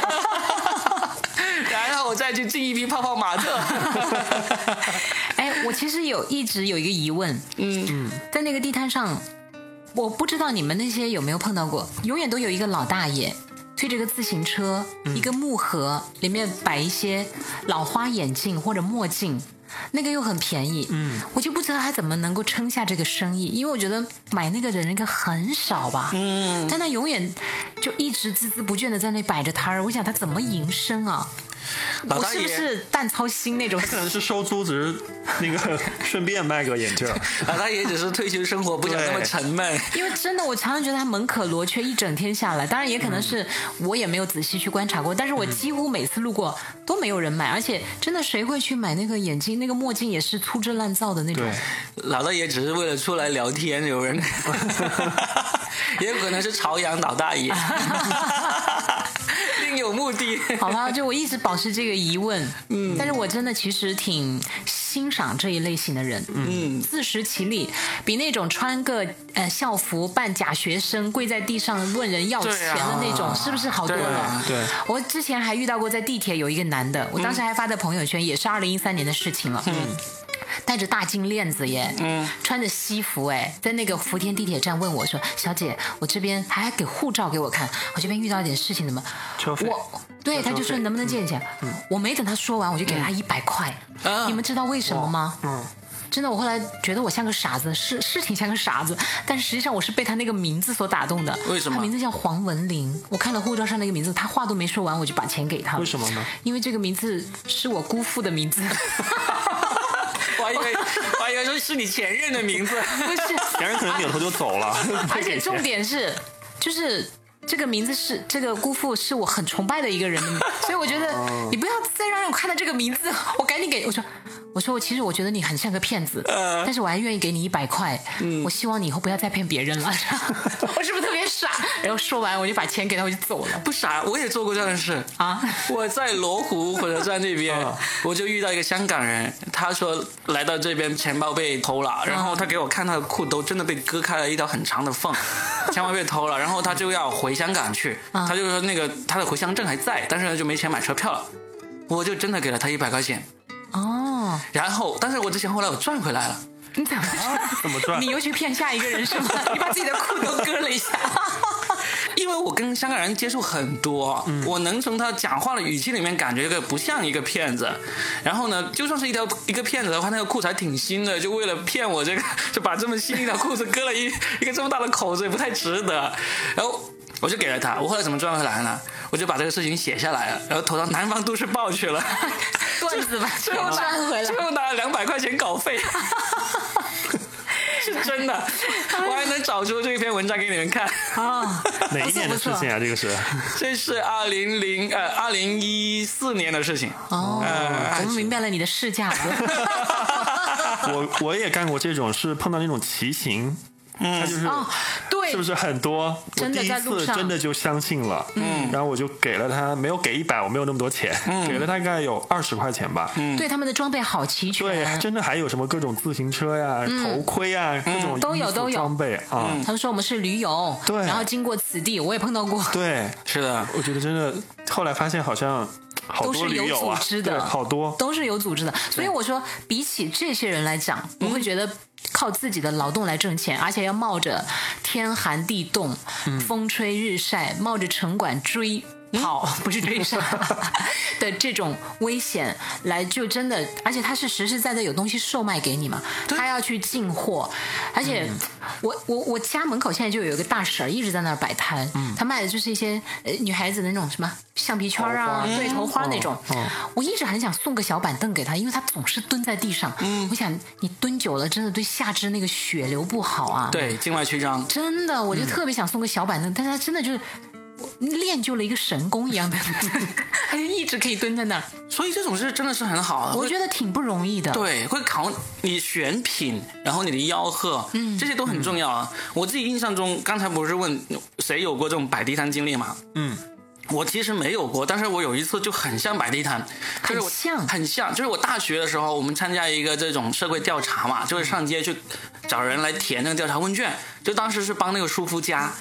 Speaker 1: 然后我再去进一批泡泡玛特。
Speaker 2: 哎，我其实有一直有一个疑问，嗯，在那个地摊上。我不知道你们那些有没有碰到过，永远都有一个老大爷， 推着个自行车，嗯、一个木盒里面摆一些老花眼镜或者墨镜。那个又很便宜，嗯，我就不知道他怎么能够撑下这个生意，因为我觉得买那个人应该很少吧，嗯，但他永远就一直孜孜不倦的在那摆着摊儿，我想他怎么营生啊？我是不是蛋操心那种？
Speaker 3: 可能是收租，只是那个顺便卖个眼镜。
Speaker 1: 老大爷只是退休生活不想那么沉闷。
Speaker 2: 因为真的，我常常觉得他门可罗雀，一整天下来，当然也可能是我也没有仔细去观察过，但是我几乎每次路过都没有人买，而且真的谁会去买那个眼镜？那个墨镜也是粗制滥造的那种。
Speaker 1: 老大爷只是为了出来聊天，有人也有可能是朝阳老大爷。另有目的。
Speaker 2: 好吧，就我一直保持这个疑问，嗯，但是我真的其实挺欣赏这一类型的人，嗯，自食其力，比那种穿个呃校服扮假学生跪在地上问人要钱的那种，啊、是不是好多了？
Speaker 3: 对，
Speaker 2: 我之前还遇到过在地铁有一个男的，我当时还发在朋友圈，嗯、也是二零一三年的事情了，嗯。戴着大金链子耶，嗯，穿着西服哎，在那个福田地铁站问我说：“小姐，我这边还给护照给我看，我这边遇到一点事情，怎么？”我对他就说能不能借钱？嗯，我没等他说完，我就给了他一百块。嗯、你们知道为什么吗？嗯，真的，我后来觉得我像个傻子，是是挺像个傻子，但实际上我是被他那个名字所打动的。
Speaker 1: 为什么？
Speaker 2: 他名字叫黄文玲，我看了护照上那个名字，他话都没说完，我就把钱给他了。
Speaker 3: 为什么呢？
Speaker 2: 因为这个名字是我姑父的名字。
Speaker 1: 我还以为我还以为说是你前任的名字，
Speaker 2: 不是，
Speaker 3: 前任可能扭头就走了。
Speaker 2: 而且重点是，就是这个名字是这个姑父是我很崇拜的一个人的名字，所以我觉得你不要再让我看到这个名字，我赶紧给我说。我说我其实我觉得你很像个骗子，呃、但是我还愿意给你一百块。嗯，我希望你以后不要再骗别人了。我是不是特别傻？然后说完我就把钱给他，我就走了。
Speaker 1: 不傻，我也做过这样的事啊！我在罗湖火车站那边，啊、我就遇到一个香港人，他说来到这边钱包被偷了，然后他给我看他的裤兜，真的被割开了一条很长的缝，钱包被偷了，然后他就要回香港去，啊、他就说那个他的回乡证还在，但是呢就没钱买车票了，我就真的给了他一百块钱。哦，然后，但是我之前后来我赚回来了。
Speaker 2: 你怎么赚？
Speaker 3: 怎么赚？
Speaker 2: 你又去骗下一个人是吗？你把自己的裤都割了一下。
Speaker 1: 因为我跟香港人接触很多，嗯、我能从他讲话的语气里面感觉一个不像一个骗子。然后呢，就算是一条一个骗子的话，那个裤子还挺新的，就为了骗我这个，就把这么新一条裤子割了一一个这么大的口子，也不太值得。然后我就给了他，我后来怎么赚回来呢？我就把这个事情写下来了，然后投到南方都市报去了。
Speaker 2: 段子吧，
Speaker 1: 最后
Speaker 2: 赚回来，
Speaker 1: 最后拿了两百块钱稿费。是真的，我还能找出这篇文章给你们看
Speaker 2: 啊！
Speaker 3: 哪一年的事情啊？这个是？
Speaker 1: 这是二零零呃二零一四年的事情。
Speaker 2: 哦，呃、我们明白了你的市价。
Speaker 3: 我我也干过这种，是碰到那种骑行。嗯，他就是、
Speaker 2: 哦，对，
Speaker 3: 是不是很多？
Speaker 2: 真的在路上，
Speaker 3: 我第一次真的就相信了，嗯，然后我就给了他，没有给一百，我没有那么多钱，嗯、给了大概有二十块钱吧。
Speaker 2: 嗯，对，他们的装备好齐全，
Speaker 3: 对，真的还有什么各种自行车呀、嗯、头盔啊，各种
Speaker 2: 都有都有
Speaker 3: 装备啊、
Speaker 2: 嗯。他们说我们是驴友，
Speaker 3: 对，
Speaker 2: 然后经过此地，我也碰到过，
Speaker 3: 对，
Speaker 1: 是的，
Speaker 3: 我觉得真的，后来发现好像。好多
Speaker 2: 都是有组织的，
Speaker 3: 好多
Speaker 2: 都是有组织的。所以我说，比起这些人来讲，我会觉得靠自己的劳动来挣钱，而且要冒着天寒地冻、嗯、风吹日晒，冒着城管追。跑不是追杀的这种危险来，就真的，而且他是实实在在有东西售卖给你嘛，他要去进货，而且、嗯、我我我家门口现在就有一个大婶一直在那儿摆摊，嗯、他卖的就是一些呃女孩子的那种什么橡皮圈啊，对头花那种、哦哦，我一直很想送个小板凳给他，因为他总是蹲在地上，嗯、我想你蹲久了真的对下肢那个血流不好啊，
Speaker 1: 对，静脉曲张，
Speaker 2: 真的，我就特别想送个小板凳，嗯、但是他真的就是。练就了一个神功一样的，他就一直可以蹲在那儿。
Speaker 1: 所以这种事真的是很好啊，
Speaker 2: 我觉得挺不容易的。
Speaker 1: 对，会考你选品，然后你的吆喝，嗯，这些都很重要啊。嗯、我自己印象中，刚才不是问谁有过这种摆地摊经历吗？嗯。我其实没有过，但是我有一次就很像摆地摊，
Speaker 2: 很像，
Speaker 1: 很像，就是我大学的时候，我们参加一个这种社会调查嘛，就是上街去找人来填那个调查问卷，就当时是帮那个舒肤佳。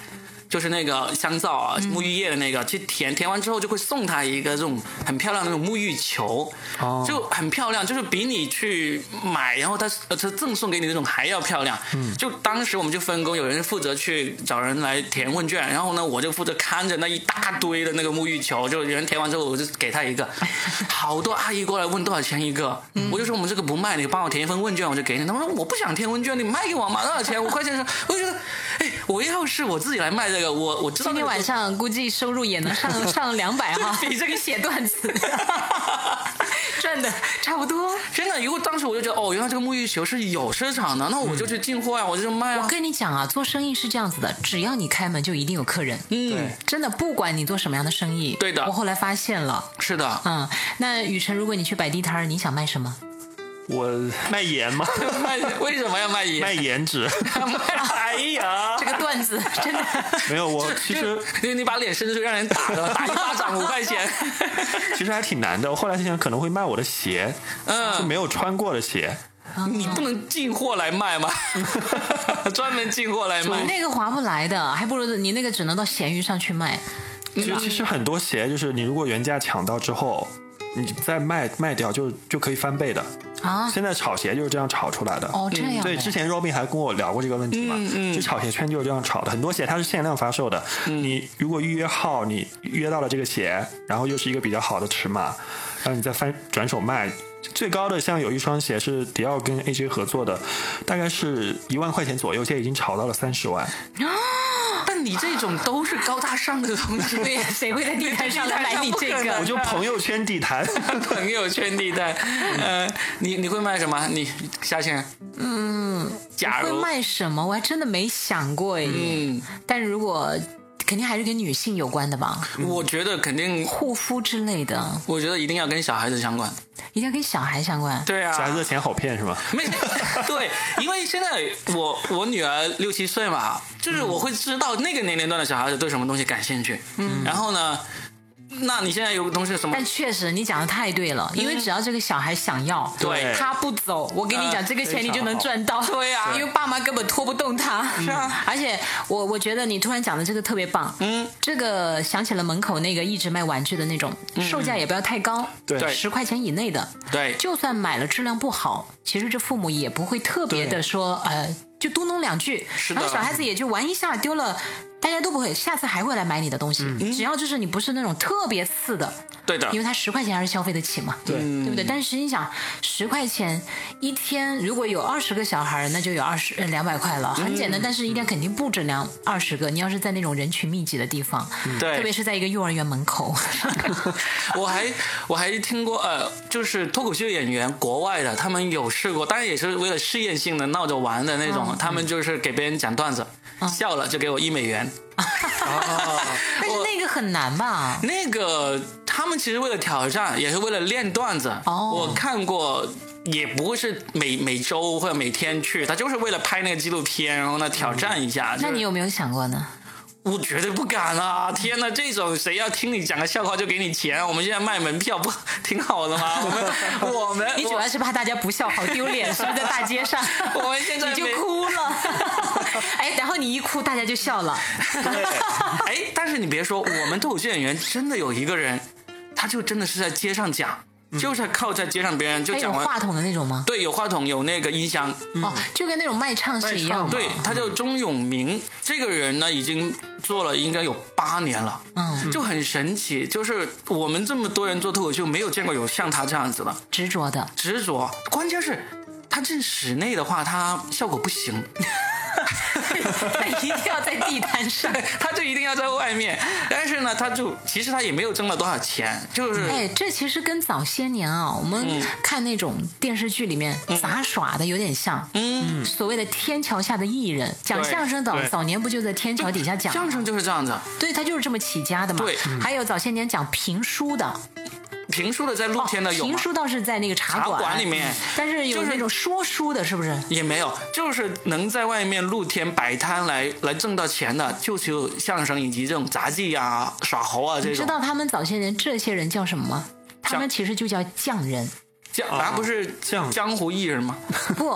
Speaker 1: 就是那个香皂啊，沐浴液的那个，去填，填完之后就会送他一个这种很漂亮的那种沐浴球，
Speaker 3: 哦，
Speaker 1: 就很漂亮，就是比你去买，然后他呃他赠送给你那种还要漂亮。嗯，就当时我们就分工，有人负责去找人来填问卷，然后呢，我就负责看着那一大堆的那个沐浴球，就有人填完之后，我就给他一个。好多阿姨过来问多少钱一个，嗯、我就说我们这个不卖，你帮我填一份问卷，我就给你。他们说我不想填问卷，你卖给我嘛，多少钱？五块钱。我就觉得，哎，我要是我自己来卖这个，我我知道、那个、
Speaker 2: 今天晚上估计收入也能上上两百哈，比这个写段子赚的差不多。
Speaker 1: 真的，因为当时我就觉得，哦，原来这个沐浴球是有市场的，那我就去进货啊，嗯、我就卖啊。
Speaker 2: 我跟你讲啊，做生意是这样子的，只要你开门，就一定有客人。
Speaker 1: 嗯，
Speaker 3: 对，
Speaker 2: 真的，不管你做什么样的生意，
Speaker 1: 对的。
Speaker 2: 我后来发现了，
Speaker 1: 是的，
Speaker 2: 嗯，那雨辰，如果你去摆地摊，你想卖什么？
Speaker 3: 我卖盐吗？
Speaker 1: 卖为什么要卖盐？
Speaker 3: 卖颜值。
Speaker 1: 哎呀，
Speaker 2: 这个段子真的
Speaker 3: 没有。我其实
Speaker 1: 你你把脸伸出去让人打的，打一巴掌五块钱。
Speaker 3: 其实还挺难的。我后来就想可能会卖我的鞋，嗯，是没有穿过的鞋。
Speaker 1: 你不能进货来卖吗？专门进货来卖，
Speaker 2: 那个划不来的，还不如你那个只能到闲鱼上去卖。
Speaker 3: 其实其实很多鞋就是你如果原价抢到之后，你再卖卖掉就就可以翻倍的
Speaker 2: 啊！
Speaker 3: 现在炒鞋就是这样炒出来的
Speaker 2: 哦，这样。
Speaker 3: 对，之前 Robin 还跟我聊过这个问题嘛，
Speaker 1: 嗯嗯，
Speaker 3: 就炒鞋圈就是这样炒的，很多鞋它是限量发售的，嗯、你如果预约号，你约到了这个鞋，然后又是一个比较好的尺码，然后你再翻转手卖。最高的像有一双鞋是迪奥跟 A J 合作的，大概是一万块钱左右，现在已经炒到了三十万。
Speaker 1: 但你这种都是高大上的东西，
Speaker 2: 对呀，谁会在地摊上来买你这个？
Speaker 3: 我就朋友圈地摊，
Speaker 1: 朋友圈地摊。呃，你你会卖什么？你夏倩？
Speaker 2: 嗯，
Speaker 1: 假如
Speaker 2: 会卖什么？我还真的没想过哎。嗯，但如果。肯定还是跟女性有关的吧？
Speaker 1: 我觉得肯定
Speaker 2: 护肤之类的。
Speaker 1: 我觉得一定要跟小孩子相关，
Speaker 2: 一定要跟小孩相关。
Speaker 1: 对啊，
Speaker 3: 小孩子的钱好骗是吗？
Speaker 1: 没对，因为现在我我女儿六七岁嘛，就是我会知道那个年龄段的小孩子对什么东西感兴趣。嗯，然后呢？那你现在有个东西什么？
Speaker 2: 但确实你讲的太对了，因为只要这个小孩想要，
Speaker 1: 对，
Speaker 2: 他不走，我跟你讲，这个钱你就能赚到。
Speaker 1: 对呀，
Speaker 2: 因为爸妈根本拖不动他。
Speaker 1: 是啊，
Speaker 2: 而且我我觉得你突然讲的这个特别棒。嗯，这个想起了门口那个一直卖玩具的那种，售价也不要太高，
Speaker 3: 对，
Speaker 2: 十块钱以内的。
Speaker 1: 对，
Speaker 2: 就算买了质量不好，其实这父母也不会特别的说，呃，就嘟哝两句，然后小孩子也就玩一下，丢了。大家都不会，下次还会来买你的东西。嗯、只要就是你不是那种特别次的，
Speaker 1: 对的，
Speaker 2: 因为他十块钱还是消费得起嘛，
Speaker 3: 对，
Speaker 2: 对不对？但是你想，十块钱一天，如果有二十个小孩，那就有二十呃两百块了，很简单。嗯、但是一天肯定不止两二十个。你要是在那种人群密集的地方，
Speaker 1: 对、嗯，
Speaker 2: 特别是在一个幼儿园门口。
Speaker 1: 我还我还听过呃，就是脱口秀演员国外的，他们有试过，当然也是为了试验性的闹着玩的那种，嗯、他们就是给别人讲段子，嗯、笑了就给我一美元。
Speaker 2: 哦，但是那个很难吧？
Speaker 1: 那个他们其实为了挑战，也是为了练段子。
Speaker 2: 哦，
Speaker 1: 我看过，也不会是每每周或者每天去，他就是为了拍那个纪录片，然后呢挑战一下。
Speaker 2: 嗯、那你有没有想过呢？
Speaker 1: 我绝对不敢啊！天哪，这种谁要听你讲个笑话就给你钱？我们现在卖门票不挺好的吗？我们我们
Speaker 2: 你主要是怕大家不笑，好丢脸，是不是在大街上？
Speaker 1: 我们现在
Speaker 2: 你就哭了，哎，然后你一哭，大家就笑了。
Speaker 1: 对，哎，但是你别说，我们脱口秀演员真的有一个人，他就真的是在街上讲。就是靠在街上别人就讲完，
Speaker 2: 有话筒的那种吗？
Speaker 1: 对，有话筒，有那个音箱。
Speaker 2: 哦，就跟那种卖唱是一样的。
Speaker 1: 对，他叫钟永明，这个人呢已经做了应该有八年了，嗯，就很神奇。就是我们这么多人做脱口秀，没有见过有像他这样子的
Speaker 2: 执着的
Speaker 1: 执着。关键是他进室内的话，他效果不行。
Speaker 2: 他一定要在地摊上，
Speaker 1: 他就一定要在外面。但是呢，他就其实他也没有挣了多少钱，就是
Speaker 2: 哎，这其实跟早些年啊，我们看那种电视剧里面杂耍的有点像。嗯，所谓的天桥下的艺人，讲相声的早年不就在天桥底下讲？
Speaker 1: 相声就是这样子，
Speaker 2: 对，他就是这么起家的嘛。
Speaker 1: 对，
Speaker 2: 还有早些年讲评书的。
Speaker 1: 评书的在露天的有、
Speaker 2: 哦，评书倒是在那个茶
Speaker 1: 馆茶馆里面，
Speaker 2: 但是有那种说书的，是不是？
Speaker 1: 也没有，就是能在外面露天摆摊来来挣到钱的，就只有相声以及这种杂技啊、耍猴啊这种。
Speaker 2: 你知道他们早些年这些人叫什么吗？他们其实就叫匠人。
Speaker 1: 江啊，不是江江湖艺人吗？
Speaker 2: 不。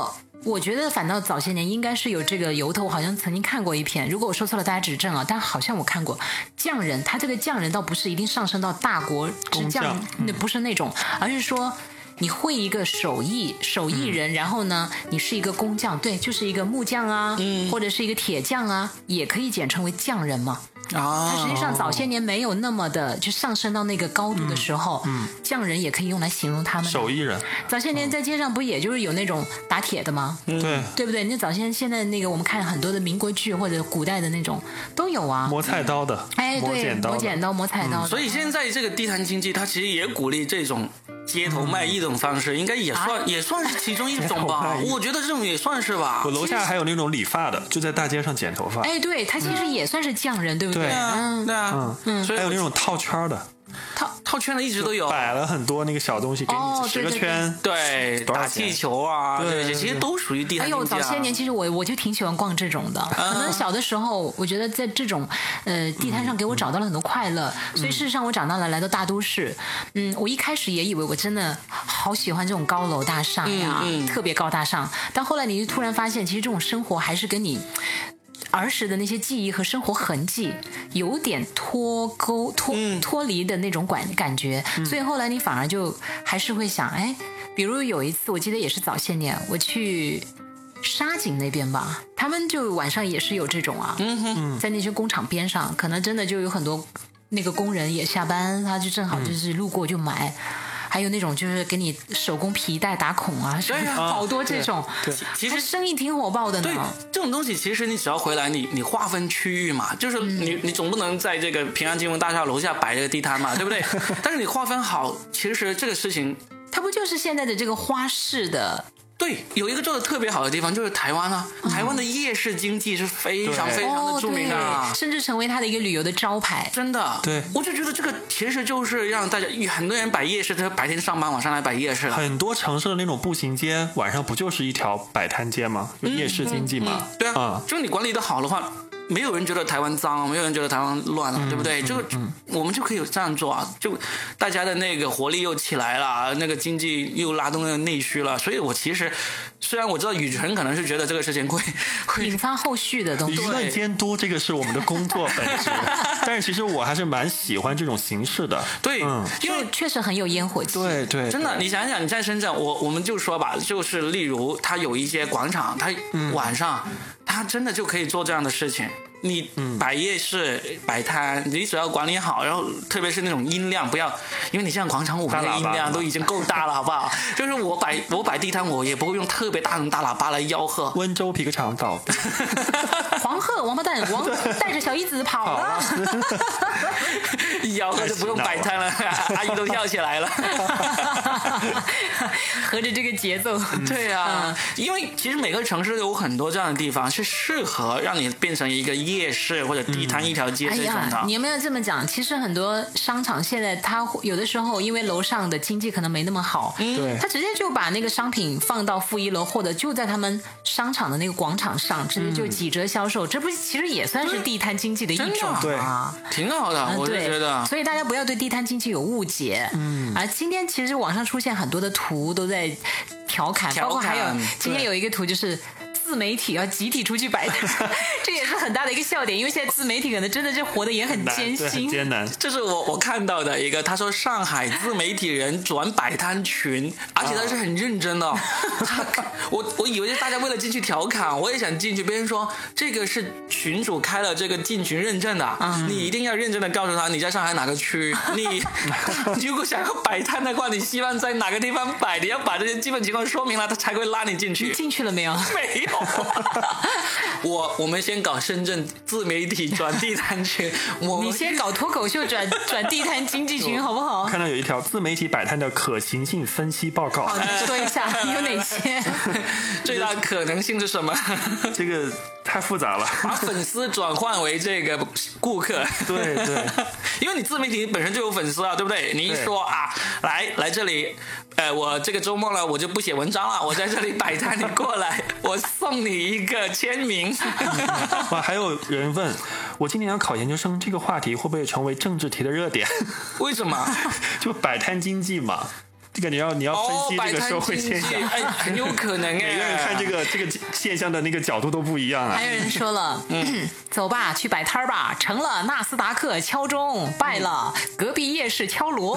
Speaker 2: 我觉得反倒早些年应该是有这个由头，我好像曾经看过一篇，如果我说错了大家指正啊，但好像我看过匠人，他这个匠人倒不是一定上升到大国之匠，那、嗯、不是那种，而是说你会一个手艺手艺人、嗯、然后呢你是一个工匠，对，就是一个木匠啊、嗯、或者是一个铁匠啊，也可以简称为匠人嘛。它实际上早些年没有那么的就上升到那个高度的时候，嗯，匠人也可以用来形容他们
Speaker 3: 手艺人。
Speaker 2: 早些年在街上不也就是有那种打铁的吗？
Speaker 3: 嗯、对，
Speaker 2: 对不对？那早些年现在那个我们看很多的民国剧或者古代的那种都有啊，
Speaker 3: 磨菜刀的，
Speaker 2: 哎，对，磨剪刀、磨菜刀、嗯。
Speaker 1: 所以现在这个地摊经济，它其实也鼓励这种街头卖艺这种方式，应该也算、啊、也算是其中一种吧。我觉得这种也算是吧。
Speaker 3: 我楼下还有那种理发的，就在大街上剪头发。
Speaker 2: 哎，对，他其实也算是匠人，对不对？
Speaker 3: 对
Speaker 1: 啊，
Speaker 2: 嗯，
Speaker 1: 对啊。
Speaker 3: 嗯嗯，还有那种套圈的，
Speaker 1: 套套圈的一直都有，
Speaker 3: 摆了很多那个小东西给你十个圈，
Speaker 1: 哦、对, 对, 对，打气球啊，对，这些都属于地摊经济、啊。
Speaker 2: 哎呦，早些年其实我我就挺喜欢逛这种的，可能小的时候我觉得在这种呃地摊上给我找到了很多快乐，嗯、所以事实上我长大了来到大都市，嗯，我一开始也以为我真的好喜欢这种高楼大厦呀，嗯嗯、特别高大上，但后来你就突然发现，其实这种生活还是跟你儿时的那些记忆和生活痕迹有点脱钩脱脱离的那种感感觉、嗯、所以后来你反而就还是会想，哎，比如有一次我记得也是早些年我去沙井那边吧，他们就晚上也是有这种啊，嗯哼，在那些工厂边上可能真的就有很多那个工人也下班，他就正好就是路过就买、嗯，还有那种就是给你手工皮带打孔啊，
Speaker 1: 对啊，
Speaker 2: 好多这种，
Speaker 1: 对，其实
Speaker 2: 生意挺火爆的呢。
Speaker 1: 对，这种东西其实你只要回来，你你划分区域嘛，就是你、嗯、你总不能在这个平安金融大厦楼下摆这个地摊嘛，对不对？但是你划分好，其实这个事情，
Speaker 2: 它不就是现在的这个花市的？
Speaker 1: 对，有一个做的特别好的地方就是台湾啊，嗯、台湾的夜市经济是非常非常的著名的、啊
Speaker 2: 哦，甚至成为它的一个旅游的招牌。
Speaker 1: 真的，
Speaker 3: 对，
Speaker 1: 我就觉得这个其实就是让大家很多人摆夜市，他白天上班，晚上来摆夜市了。
Speaker 3: 很多城市的那种步行街，晚上不就是一条摆摊街吗？就夜市经济嘛。
Speaker 1: 嗯嗯嗯、对啊，嗯、就你管理的好的话。没有人觉得台湾脏，没有人觉得台湾乱了、嗯，对不对？这个、嗯、我们就可以这样做啊，就大家的那个活力又起来了，那个经济又拉动那个内需了。所以我其实虽然我知道雨辰可能是觉得这个事情会会
Speaker 2: 引发后续的东西，
Speaker 3: 舆论监督这个是我们的工作本质，但是其实我还是蛮喜欢这种形式的。
Speaker 1: 对，
Speaker 3: 嗯，
Speaker 2: 因为确实很有烟火气。
Speaker 3: 对对，
Speaker 1: 真的，你想想你在深圳，我我们就说吧，就是例如它有一些广场，它晚上、嗯、它真的就可以做这样的事情。你摆夜市、嗯、摆摊，你只要管理好，然后特别是那种音量不要，因为你像广场舞那个音量都已经够大了，好不好？就是我摆我摆地摊，我也不会用特别大的大喇叭来吆喝。
Speaker 3: 温州皮革厂倒闭，
Speaker 2: 黄鹤王八蛋王带着小姨子跑了，
Speaker 1: 一吆喝就不用摆摊了，阿姨都跳起来了，
Speaker 2: 合着这个节奏。
Speaker 1: 对啊、嗯，因为其实每个城市都有很多这样的地方是适合让你变成一个夜市或者地摊一条街这种的、
Speaker 2: 嗯哎呀。你有没有这么讲？其实很多商场现在它有的时候因为楼上的经济可能没那么好，
Speaker 3: 嗯，
Speaker 2: 它直接就把那个商品放到负一楼，或者就在他们商场的那个广场上，直接就几折销售。嗯、这不其实也算是地摊经济的一种
Speaker 3: 对
Speaker 2: 啊，
Speaker 1: 挺好的，我就觉得。
Speaker 2: 所以大家不要对地摊经济有误解。嗯，而今天其实网上出现很多的图都在调侃，
Speaker 1: 调侃
Speaker 2: 包括还有今天有一个图就是。自媒体要集体出去摆摊，这也是很大的一个笑点，因为现在自媒体可能真的是活得也很艰辛，
Speaker 3: 很艰难。
Speaker 1: 这是我我看到的一个，他说上海自媒体人转摆摊群，而且他是很认真的、哦。他我我以为是大家为了进去调侃，我也想进去。别人说这个是群主开了这个进群认证的，嗯、你一定要认真的告诉他你在上海哪个区，你如果想要摆摊的话，你希望在哪个地方摆，你要把这些基本情况说明了，他才会拉你进去。
Speaker 2: 你进去了没有？
Speaker 1: 没有。我我们先搞深圳自媒体转地摊群，我
Speaker 2: 你先搞脱口秀转转地摊经济群好不好？
Speaker 3: 看到有一条自媒体摆摊的可行性分析报告，
Speaker 2: 好，你说一下有哪些？
Speaker 1: 最大可能性是什么？
Speaker 3: 这个太复杂了，
Speaker 1: 把粉丝转换为这个顾客。
Speaker 3: 对对，
Speaker 1: 因为你自媒体本身就有粉丝啊，对不对？你一说啊，来来这里，呃，我这个周末了，我就不写文章了，我在这里摆摊，你过来，我送你一个签名。
Speaker 3: 哇，还有人问我今年要考研究生，这个话题会不会成为政治题的热点？
Speaker 1: 为什么？
Speaker 3: 就摆摊经济嘛。 感觉要你要分析这个社会现象，
Speaker 1: 哦、哎，很有可能哎。
Speaker 3: 每个人看这个这个现象的那个角度都不一样啊。
Speaker 2: 还有人说了，嗯，走吧，去摆摊吧，成了纳斯达克敲钟，败了隔壁夜市敲锣。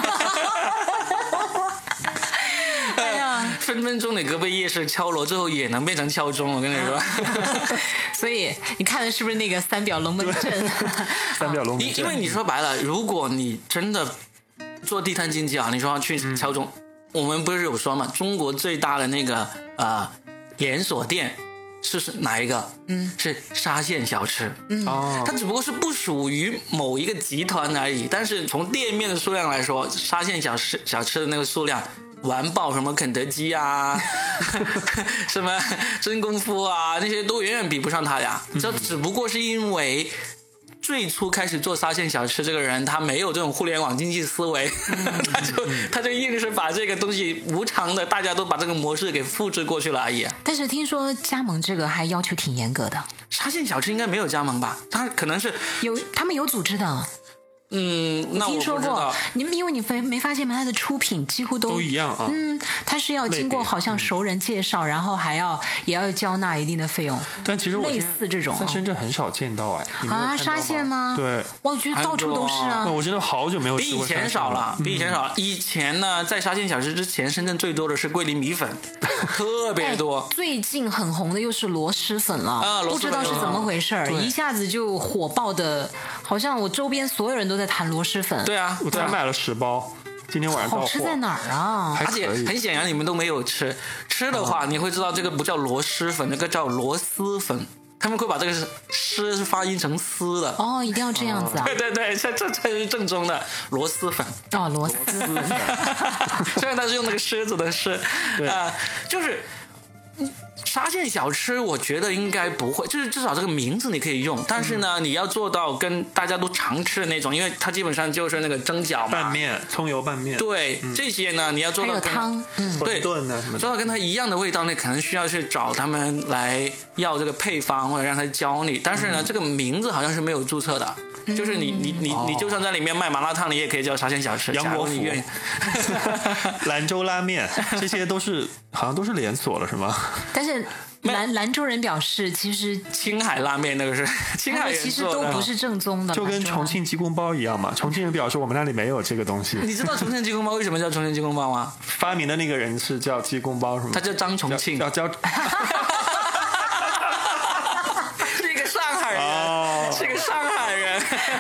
Speaker 2: 哎呀，
Speaker 1: 分分钟你隔壁夜市敲锣，最后也能变成敲钟，我跟你说。
Speaker 2: 所以你看的是不是那个三表龙门阵？
Speaker 3: 三表龙门阵。
Speaker 1: 因为你说白了，如果你真的做地摊经济啊，你说要去敲钟、嗯，我们不是有说嘛，中国最大的那个呃连锁店是哪一个？嗯，是沙县小吃。嗯，哦，它只不过是不属于某一个集团而已，但是从店面的数量来说，沙县小吃小吃的那个数量完爆什么肯德基啊，什么真功夫啊，那些都远远比不上它呀。这只不过是因为最初开始做沙县小吃这个人，他没有这种互联网经济思维，他就他就硬是把这个东西无偿的，大家都把这个模式给复制过去了而已。
Speaker 2: 但是听说加盟这个还要求挺严格的。
Speaker 1: 沙县小吃应该没有加盟吧？他可能是
Speaker 2: 有，他们有组织的。
Speaker 1: 嗯，那我
Speaker 2: 听说过，你们因为你没没发现吗？它的出品几乎都
Speaker 3: 都一样啊。
Speaker 2: 嗯，它是要经过好像熟人介绍，然后还要也要交纳一定的费用。
Speaker 3: 但其实我
Speaker 2: 类似这种
Speaker 3: 在深圳很少见到哎。
Speaker 2: 啊，沙县吗？
Speaker 3: 对，
Speaker 2: 我觉得到处都是啊。
Speaker 3: 我真的好久没有吃过。
Speaker 1: 比以前少了，比以前少了。以前呢，在沙县小吃之前，深圳最多的是桂林米粉，特别多。
Speaker 2: 哎、最近很红的又是螺蛳粉了，啊、不知道是怎么回事儿，一下子就火爆的，好像我周边所有人都在谈螺蛳粉。
Speaker 1: 对啊，
Speaker 3: 我才买了十包，今天晚上到货。
Speaker 2: 好吃在哪儿啊？
Speaker 1: 而且很显然你们都没有吃，吃的话、哦、你会知道这个不叫螺蛳粉，这个叫螺蛳粉。他们会把这个丝发音成丝的。
Speaker 2: 哦，一定要这样子啊！
Speaker 1: 对对对，这这才是正宗的螺蛳粉。
Speaker 2: 哦，螺蛳粉。
Speaker 1: 虽然它是用那个狮子的狮，对啊、呃，就是。沙县小吃我觉得应该不会，就是至少这个名字你可以用，但是呢、嗯、你要做到跟大家都常吃的那种，因为它基本上就是那个蒸饺嘛，
Speaker 3: 拌面、葱油拌面，
Speaker 1: 对、嗯、这些呢你要做到跟
Speaker 2: 还有汤，
Speaker 3: 嗯，
Speaker 1: 对，
Speaker 3: 馄饨啊什么的，
Speaker 1: 做到跟它一样的味道，那可能需要去找他们来要这个配方或者让他教你，但是呢、嗯、这个名字好像是没有注册的。嗯、就是你你你你就算在里面卖麻辣烫，你也可以叫沙县小吃。
Speaker 3: 杨国福、兰州拉面，这些都是好像都是连锁了，是吗？
Speaker 2: 但是兰兰州人表示，其实
Speaker 1: 青海拉面那个是青海人
Speaker 2: 其实都不是正宗的，
Speaker 3: 就跟重庆鸡公包一样嘛。重庆人表示我们那里没有这个东西。
Speaker 1: 你知道重庆鸡公包为什么叫重庆鸡公包吗？
Speaker 3: 发明的那个人是叫鸡公包是吗？
Speaker 1: 他叫张重庆，
Speaker 3: 叫叫。
Speaker 1: 是一个上海人，哦、是一个上海人。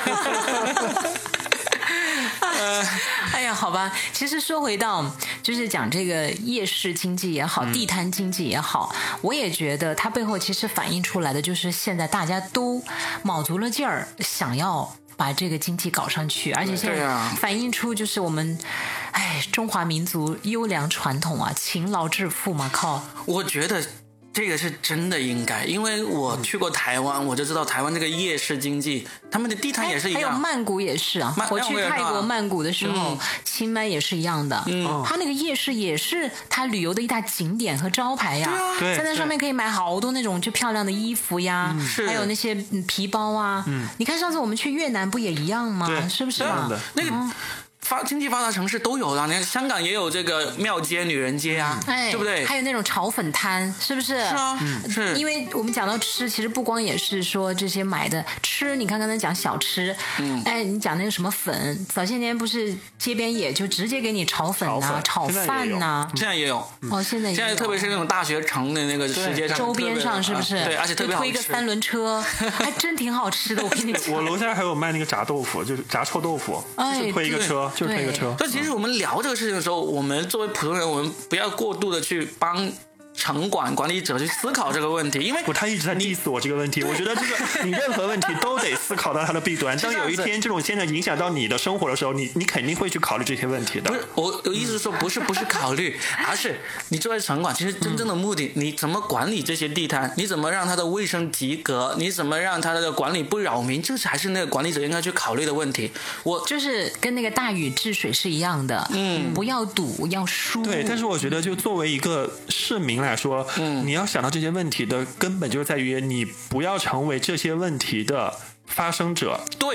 Speaker 2: 哎呀，好吧，其实说回到就是讲这个夜市经济也好，嗯、地摊经济也好，我也觉得它背后其实反映出来的就是现在大家都卯足了劲儿想要把这个经济搞上去，而且现在反映出就是我们，哎，中华民族优良传统啊，勤劳致富嘛，靠！
Speaker 1: 我觉得。这个是真的应该，因为我去过台湾，嗯、我就知道台湾这个夜市经济，他们的地摊也是一样。
Speaker 2: 还有曼谷也是啊，我去泰国曼谷的时候，嗯、清迈也是一样的。嗯，它那个夜市也是它旅游的一大景点和招牌呀。
Speaker 3: 对啊，
Speaker 2: 在那上面可以买好多那种就漂亮的衣服呀，
Speaker 1: 嗯、
Speaker 2: 还有那些皮包啊。嗯，你看上次我们去越南不也一样吗？是不是嘛？
Speaker 1: 那个。嗯发经济发达城市都有的，你看香港也有这个庙街、女人街啊，
Speaker 2: 哎，
Speaker 1: 对不对？
Speaker 2: 还有那种炒粉摊，是不是？
Speaker 1: 是啊，嗯，是。
Speaker 2: 因为我们讲到吃，其实不光也是说这些买的吃，你看刚才讲小吃，嗯，哎，你讲那个什么粉，早些年不是街边也就直接给你炒粉呐、炒饭呐，
Speaker 1: 现在也有。
Speaker 2: 哦，现在也有。
Speaker 1: 现在特别是那种大学城的那个世界上
Speaker 2: 周边上，是不是？
Speaker 1: 对，而且特别好吃。
Speaker 2: 推个三轮车，还真挺好吃的。我跟你讲，
Speaker 3: 我楼下还有卖那个炸豆腐，就是炸臭豆腐，就是推一个车，就是推一个车。
Speaker 1: 其实我们聊这个事情的时候，我们作为普通人，我们不要过度的去帮城管管理者去思考这个问题，因为
Speaker 3: 不，他一直在 diss 我这个问题。我觉得这个你任何问题都得思考到它的弊端。当有一天这种现象影响到你的生活的时候，你你肯定会去考虑这些问题的。
Speaker 1: 不是，我我意思是说，不是不是考虑，而是你作为城管，其实真正的目的，嗯、你怎么管理这些地摊？你怎么让它的卫生及格？你怎么让它的管理不扰民？这才是那个管理者应该去考虑的问题。我
Speaker 2: 就是跟那个大禹治水是一样的，嗯，不要赌，要输。
Speaker 3: 对，但是我觉得，就作为一个市民来说，嗯，你要想到这些问题的根本就是在于你不要成为这些问题的发生者。
Speaker 1: 对，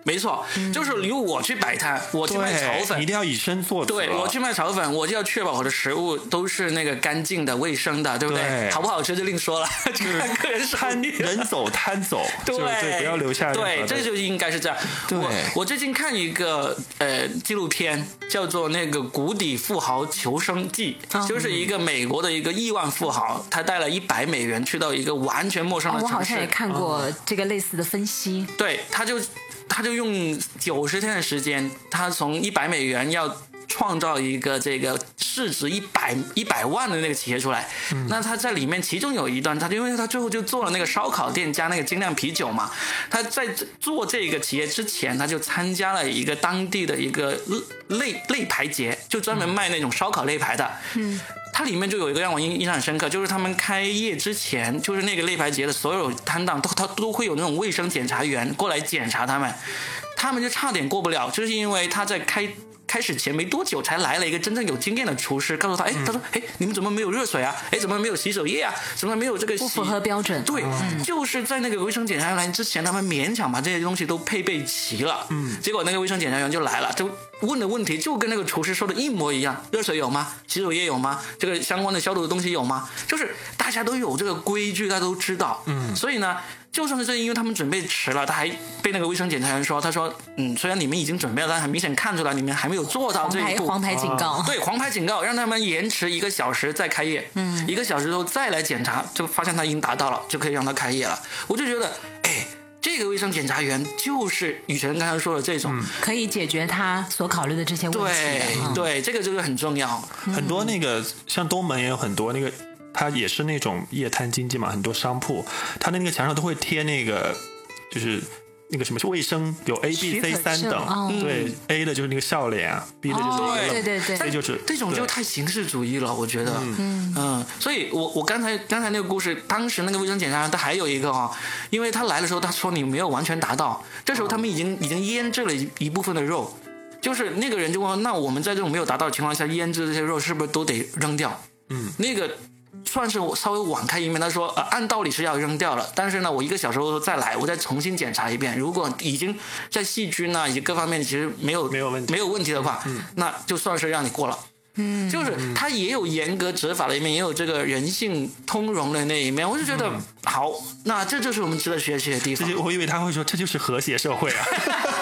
Speaker 1: 没错，就是如果我去摆摊，我去卖炒粉，
Speaker 3: 一定要以身作则。
Speaker 1: 对，我去卖炒粉，我就要确保我的食物都是那个干净的、卫生的，对不对？
Speaker 3: 对
Speaker 1: 好不好吃就另说了，就是看个人
Speaker 3: 摊人走摊走，
Speaker 1: 对
Speaker 3: 对，不要留下。
Speaker 1: 对，这就应该是这样。
Speaker 3: 对，
Speaker 1: 我我最近看一个呃纪录片，叫做那个《谷底富豪求生记》，
Speaker 2: 哦、
Speaker 1: 就是一个美国的一个亿万富豪，他带了一百美元去到一个完全陌生的城市。
Speaker 2: 哦、我好像也看过这个类似的分析。
Speaker 1: 对，他就。他就用九十天的时间，他从一百美元要创造一个这个市值一百一百万的那个企业出来。嗯、那他在里面，其中有一段，他因为他最后就做了那个烧烤店加那个精酿啤酒嘛。他在做这个企业之前，他就参加了一个当地的一个擂擂牌节，就专门卖那种烧烤擂牌的。嗯。它里面就有一个让我印印象很深刻，就是他们开业之前，就是那个擂牌节的所有摊档都他都会有那种卫生检查员过来检查他们，他们就差点过不了，就是因为他在开开始前没多久才来了一个真正有经验的厨师，告诉他，哎，他说，哎，你们怎么没有热水啊？哎，怎么没有洗手液啊？怎么没有这个洗？
Speaker 2: 不符合标准。
Speaker 1: 对，嗯、就是在那个卫生检查员来之前，他们勉强把这些东西都配备齐了。嗯，结果那个卫生检查员就来了，就问的问题就跟那个厨师说的一模一样，热水有吗？洗手液有吗？这个相关的消毒的东西有吗？就是大家都有这个规矩，大家都知道。嗯，所以呢。就算是这因为他们准备迟了，他还被那个卫生检查员说，他说，嗯，虽然你们已经准备了，但很明显看出来你们还没有做到这一步。
Speaker 2: 黄牌警告。
Speaker 1: 啊、对，黄牌警告，让他们延迟一个小时再开业。嗯，一个小时之后再来检查，就发现他已经达到了，就可以让他开业了。我就觉得，哎，这个卫生检查员就是雨辰刚才说的这种、嗯，
Speaker 2: 可以解决他所考虑的这些问题。
Speaker 1: 对、嗯、对，这个就是很重要。
Speaker 3: 很多那个像东门也有很多那个。它也是那种夜摊经济嘛，很多商铺，它的那个墙上都会贴那个，就是那个什么卫生有 A B C 三等，
Speaker 2: 哦、
Speaker 3: 对、嗯、，A 的就是那个笑脸啊 ，B 的就是那个、
Speaker 2: 哦、对对对，
Speaker 3: ，C 就是
Speaker 1: 这种就太形式主义了，我觉得，嗯嗯，所以我我刚才刚才那个故事，当时那个卫生检查员他还有一个啊、哦，因为他来的时候他说你没有完全达到，这时候他们已经、哦、已经腌制了一一部分的肉，就是那个人就问，那我们在这种没有达到的情况下腌制这些肉是不是都得扔掉？嗯，那个。算是我稍微晚开一面，他说呃按道理是要扔掉了，但是呢我一个小时后再来，我再重新检查一遍，如果已经在细菌啊以及各方面其实没有
Speaker 3: 没有问题
Speaker 1: 没有问题的话，嗯、那就算是让你过了。嗯，就是他也有严格执法的一面，也有这个人性通融的那一面，我就觉得、嗯、好，那这就是我们值得学习的地方。
Speaker 3: 我以为他会说这就是和谐社会啊。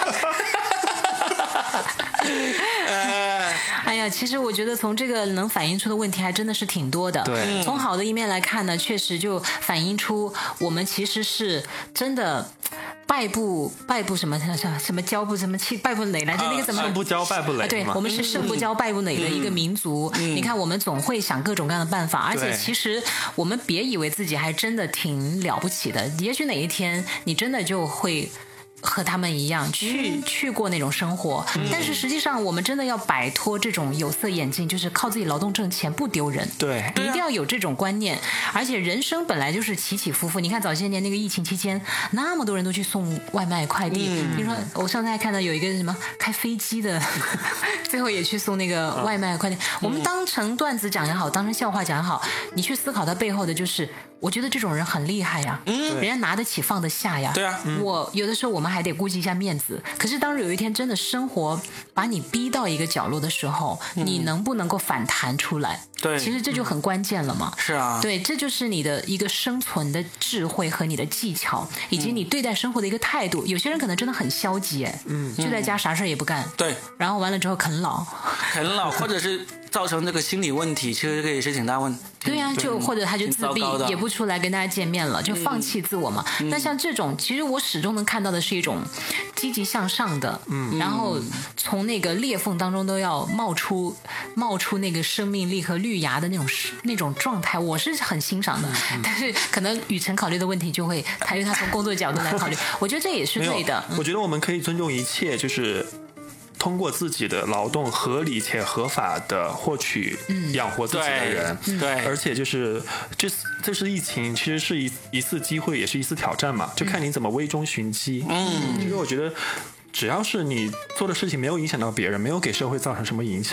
Speaker 2: 哎呀，其实我觉得从这个能反映出的问题还真的是挺多的。
Speaker 3: 对，
Speaker 2: 从好的一面来看呢，确实就反映出我们其实是真的败不败不什么什么骄不什么气败不馁来着、啊、那个怎么
Speaker 3: 胜不骄败不馁、啊、
Speaker 2: 对，我们是胜不骄败不馁的一个民族、嗯、你看我们总会想各种各样的办法、嗯、而且其实我们别以为自己还真的挺了不起的，也许哪一天你真的就会和他们一样去、嗯、去过那种生活、嗯、但是实际上我们真的要摆脱这种有色眼镜，就是靠自己劳动挣钱不丢人。
Speaker 3: 对，
Speaker 2: 你一定要有这种观念。而且人生本来就是起起伏伏，你看早些年那个疫情期间那么多人都去送外卖快递，比如说我上次还看到有一个什么开飞机的最后也去送那个外卖快递、嗯、我们当成段子讲也好，当成笑话讲也好，你去思考它背后的就是我觉得这种人很厉害呀、嗯、人家拿得起放得下呀。
Speaker 1: 对啊、
Speaker 2: 嗯、我有的时候我们还得顾及一下面子，可是当有一天真的生活把你逼到一个角落的时候、嗯、你能不能够反弹出来？
Speaker 1: 对，
Speaker 2: 其实这就很关键了嘛、嗯、
Speaker 1: 是啊，
Speaker 2: 对，这就是你的一个生存的智慧和你的技巧，以及你对待生活的一个态度、嗯、有些人可能真的很消极，哎，嗯，就在家啥事也不干，
Speaker 1: 对，
Speaker 2: 然后完了之后啃老
Speaker 1: 啃老或者是造成这个心理问题，其实这个也是挺大问题。
Speaker 2: 对呀、啊，就或者他就自闭，也不出来跟大家见面了，就放弃自我嘛。嗯、那像这种，其实我始终能看到的是一种积极向上的，嗯，然后从那个裂缝当中都要冒出冒出那个生命力和绿芽的那种那种状态，我是很欣赏的。嗯、但是可能雨辰考虑的问题就会，他因为他从工作角度来考虑，我觉得这也是对的。
Speaker 3: 嗯、我觉得我们可以尊重一切，就是通过自己的劳动合理且合法的获取养活自己的人，
Speaker 1: 嗯、对，
Speaker 3: 而且就是这这是疫情，其实是一一次机会，也是一次挑战嘛，就看你怎么危中寻机。嗯，其实我觉得只要是你做的事情没有影响到别人，没有给社会造成什么影响，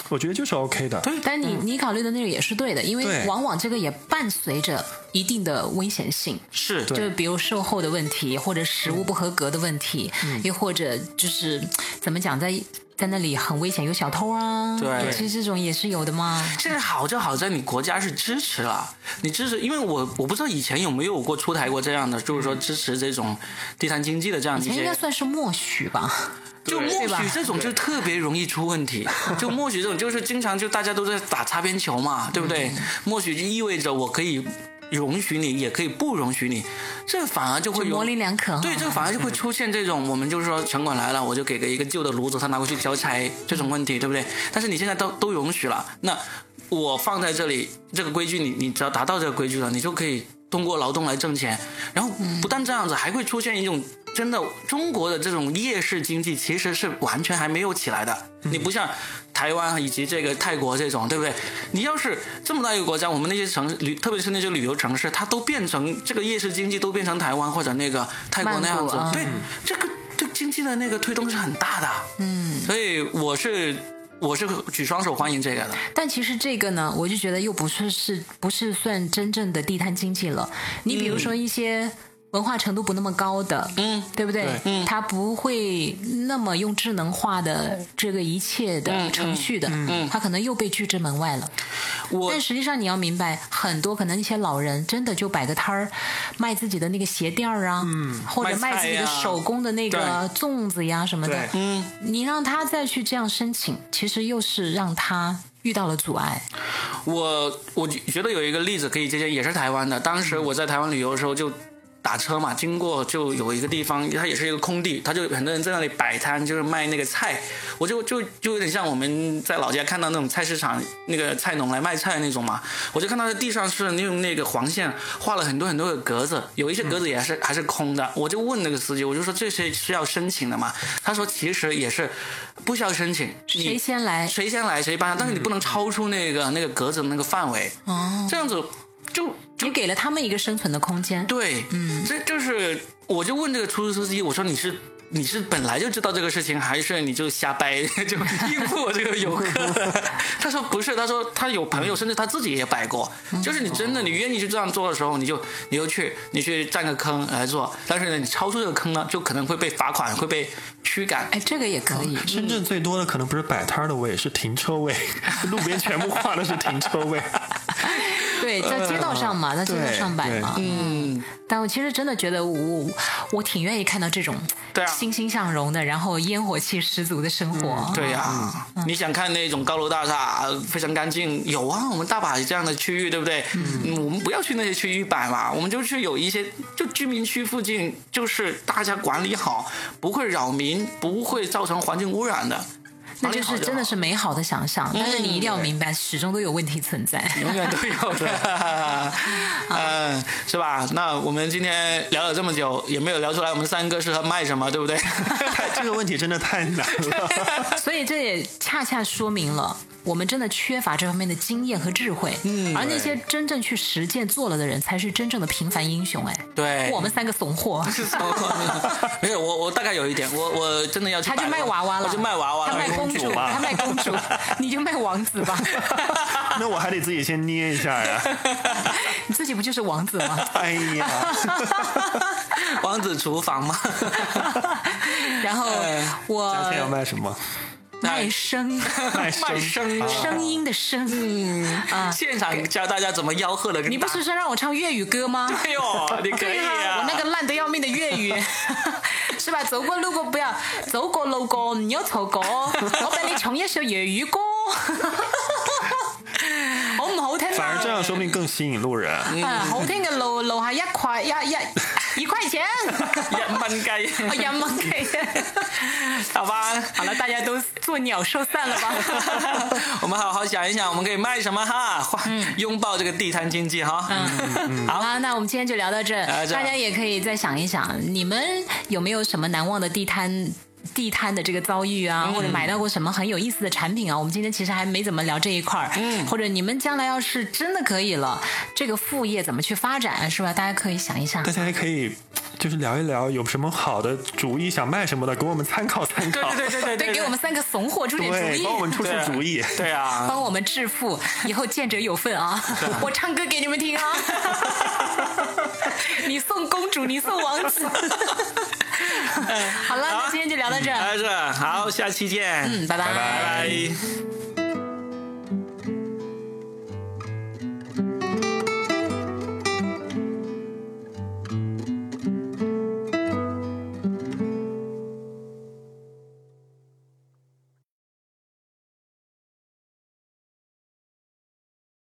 Speaker 3: 我觉得就是 OK 的。
Speaker 2: 对，但你、嗯、你考虑的那个也是对的，因为往往这个也伴随着一定的危险性，
Speaker 1: 是，
Speaker 2: 就比如售后的问题，或者食物不合格的问题，嗯、又或者就是怎么讲，在在那里很危险，有小偷啊，
Speaker 1: 对，
Speaker 2: 其实这种也是有的嘛。
Speaker 1: 现在好就好在你国家是支持了，你支持，因为我我不知道以前有没有过出台过这样的，就是说支持这种地摊经济的这样的一些，
Speaker 2: 以前应该算是默许吧。
Speaker 1: 就默许这种就特别容易出问题，就默许这种就是经常就大家都在打擦边球嘛，对不对？嗯、默许就意味着我可以容许你，也可以不容许你，这反而就会有
Speaker 2: 就模棱两可。
Speaker 1: 对，这反而就会出现这种我们就是说城管来了，我就给个一个旧的炉子，他拿回去交差这种问题，对不对？但是你现在都都容许了，那我放在这里这个规矩你，你只要达到这个规矩了，你就可以通过劳动来挣钱。然后不但这样子，还会出现一种真的中国的这种夜市经济其实是完全还没有起来的。你不像台湾以及这个泰国这种，对不对？你要是这么大一个国家，我们那些城市旅，特别是那些旅游城市，它都变成这个夜市经济都变成台湾或者那个泰国那样子，
Speaker 2: 嗯、
Speaker 1: 对，这个对经济的那个推动是很大的。
Speaker 2: 嗯，
Speaker 1: 所以我是。我是举双手欢迎这个的，
Speaker 2: 但其实这个呢，我就觉得又不是是不是算真正的地摊经济了。你比如说一些文化程度不那么高的，嗯，对不对？对嗯，他不会那么用智能化的这个一切的程序的，嗯，嗯他可能又被拒之门外了。
Speaker 1: 我
Speaker 2: 但实际上你要明白，很多可能一些老人真的就摆个摊儿，卖自己的那个鞋垫儿啊，嗯，或者卖自己的手工的那个粽子呀什么的，
Speaker 1: 嗯，
Speaker 2: 你让他再去这样申请，其实又是让他遇到了阻碍。
Speaker 1: 我我觉得有一个例子可以借鉴，也是台湾的。当时我在台湾旅游的时候就。打车嘛，经过就有一个地方，它也是一个空地，它就很多人在那里摆摊，就是卖那个菜。我就就就有点像我们在老家看到那种菜市场那个菜农来卖菜那种嘛。我就看到在地上是用那个黄线画了很多很多的格子，有一些格子也是、嗯、还是空的。我就问那个司机，我就说这些是要申请的嘛？他说其实也是不需要申请，
Speaker 2: 谁先来
Speaker 1: 谁先来谁办，但是你不能超出那个那个格子的那个范围。哦，这样子就。
Speaker 2: 你给了他们一个生存的空间。
Speaker 1: 对，嗯，这就是，我就问这个出租司机，我说你是你是本来就知道这个事情，还是你就瞎掰就应付我这个游客？他说不是，他说他有朋友，甚至他自己也摆过，嗯、就是你真的你愿意去这样做的时候，你就你就去你去占个坑来做，但是呢，你超出这个坑呢，就可能会被罚款，会被驱赶。
Speaker 2: 哎，这个也可以。
Speaker 3: 嗯、深圳最多的可能不是摆摊的位，是停车位，路边全部画的是停车位。
Speaker 2: 对，在街道上嘛，在街道上摆嘛，嗯。但我其实真的觉得我，我我挺愿意看到这种欣欣向荣的，然后烟火气十足的生活。
Speaker 1: 嗯、对呀、啊嗯，你想看那种高楼大厦非常干净，有啊，我们大把这样的区域，对不对？嗯，我们不要去那些区域摆嘛，我们就去有一些就居民区附近，就是大家管理好，不会扰民，不会造成环境污染的。
Speaker 2: 那就是真的是美好的想象，但是你一定要明白，始终都有问题存在，
Speaker 1: 永远都有的，嗯，是吧？那我们今天聊了这么久，也没有聊出来我们三个适合卖什么，对不对？
Speaker 3: 这个问题真的太难了。
Speaker 2: 所以这也恰恰说明了我们真的缺乏这方面的经验和智慧，嗯，而那些真正去实践做了的人，才是真正的平凡英雄。哎，
Speaker 1: 对，
Speaker 2: 我们三个怂货，
Speaker 1: 没有我，我大概有一点，我我真的要去，
Speaker 2: 他就卖娃娃了，
Speaker 1: 我就卖娃娃了，
Speaker 2: 他卖公主，他卖公主，你就卖王子吧。
Speaker 3: 那我还得自己先捏一下呀。
Speaker 2: 你自己不就是王子吗？
Speaker 3: 哎呀，
Speaker 1: 王子厨房吗？
Speaker 2: 然后我
Speaker 3: 今天要卖什么？
Speaker 2: 卖声，
Speaker 3: 卖声，
Speaker 2: 声音的声，嗯
Speaker 1: 啊！现场教大家怎么吆喝的。
Speaker 2: 你不是说让我唱粤语歌吗？
Speaker 1: 对哦，你可以啊！
Speaker 2: 我那个烂得要命的粤语，是吧？走过路过不要，走过路过唔要錯過，我俾你唱一首粵語歌。好唔好聽？
Speaker 3: 反而這樣說不定更吸引路人。
Speaker 2: 嗯，好聽嘅路路係一塊一一一塊錢，
Speaker 1: 人民雞，
Speaker 2: 人民雞。
Speaker 1: 好吧，
Speaker 2: 好了，大家都做鳥獸散了吧。
Speaker 1: 我們好好想一想，我們可以賣什麼哈？擁抱這個地攤經濟哈。
Speaker 2: 嗯，好啦，那我們今天就聊到這，大家也可以再想一想，你們有沒有什麼難忘的地攤？地攤的這個遭遇啊，或者買到過什麼很有意思的產品啊，我們今天其實還沒怎麼聊這一塊兒，嗯，或者你們將來要是真的可以了，這個副業怎麼去發展，是吧？大家可以想一想。
Speaker 3: 大家還可以就是聊一聊有什么好的主意想卖什么的，给我们参考参考。
Speaker 1: 对对对对
Speaker 2: 对，给我们三个怂货出点主
Speaker 3: 对，
Speaker 2: 意，
Speaker 3: 帮我们出出主意。
Speaker 1: 对啊，
Speaker 2: 帮我们致富，以后见者有份啊！我唱歌给你们听啊！你送公主，你送王子。好了，那今天就聊到这儿。
Speaker 1: 聊到这，好，下期见。
Speaker 2: 嗯，拜拜。
Speaker 1: 拜拜。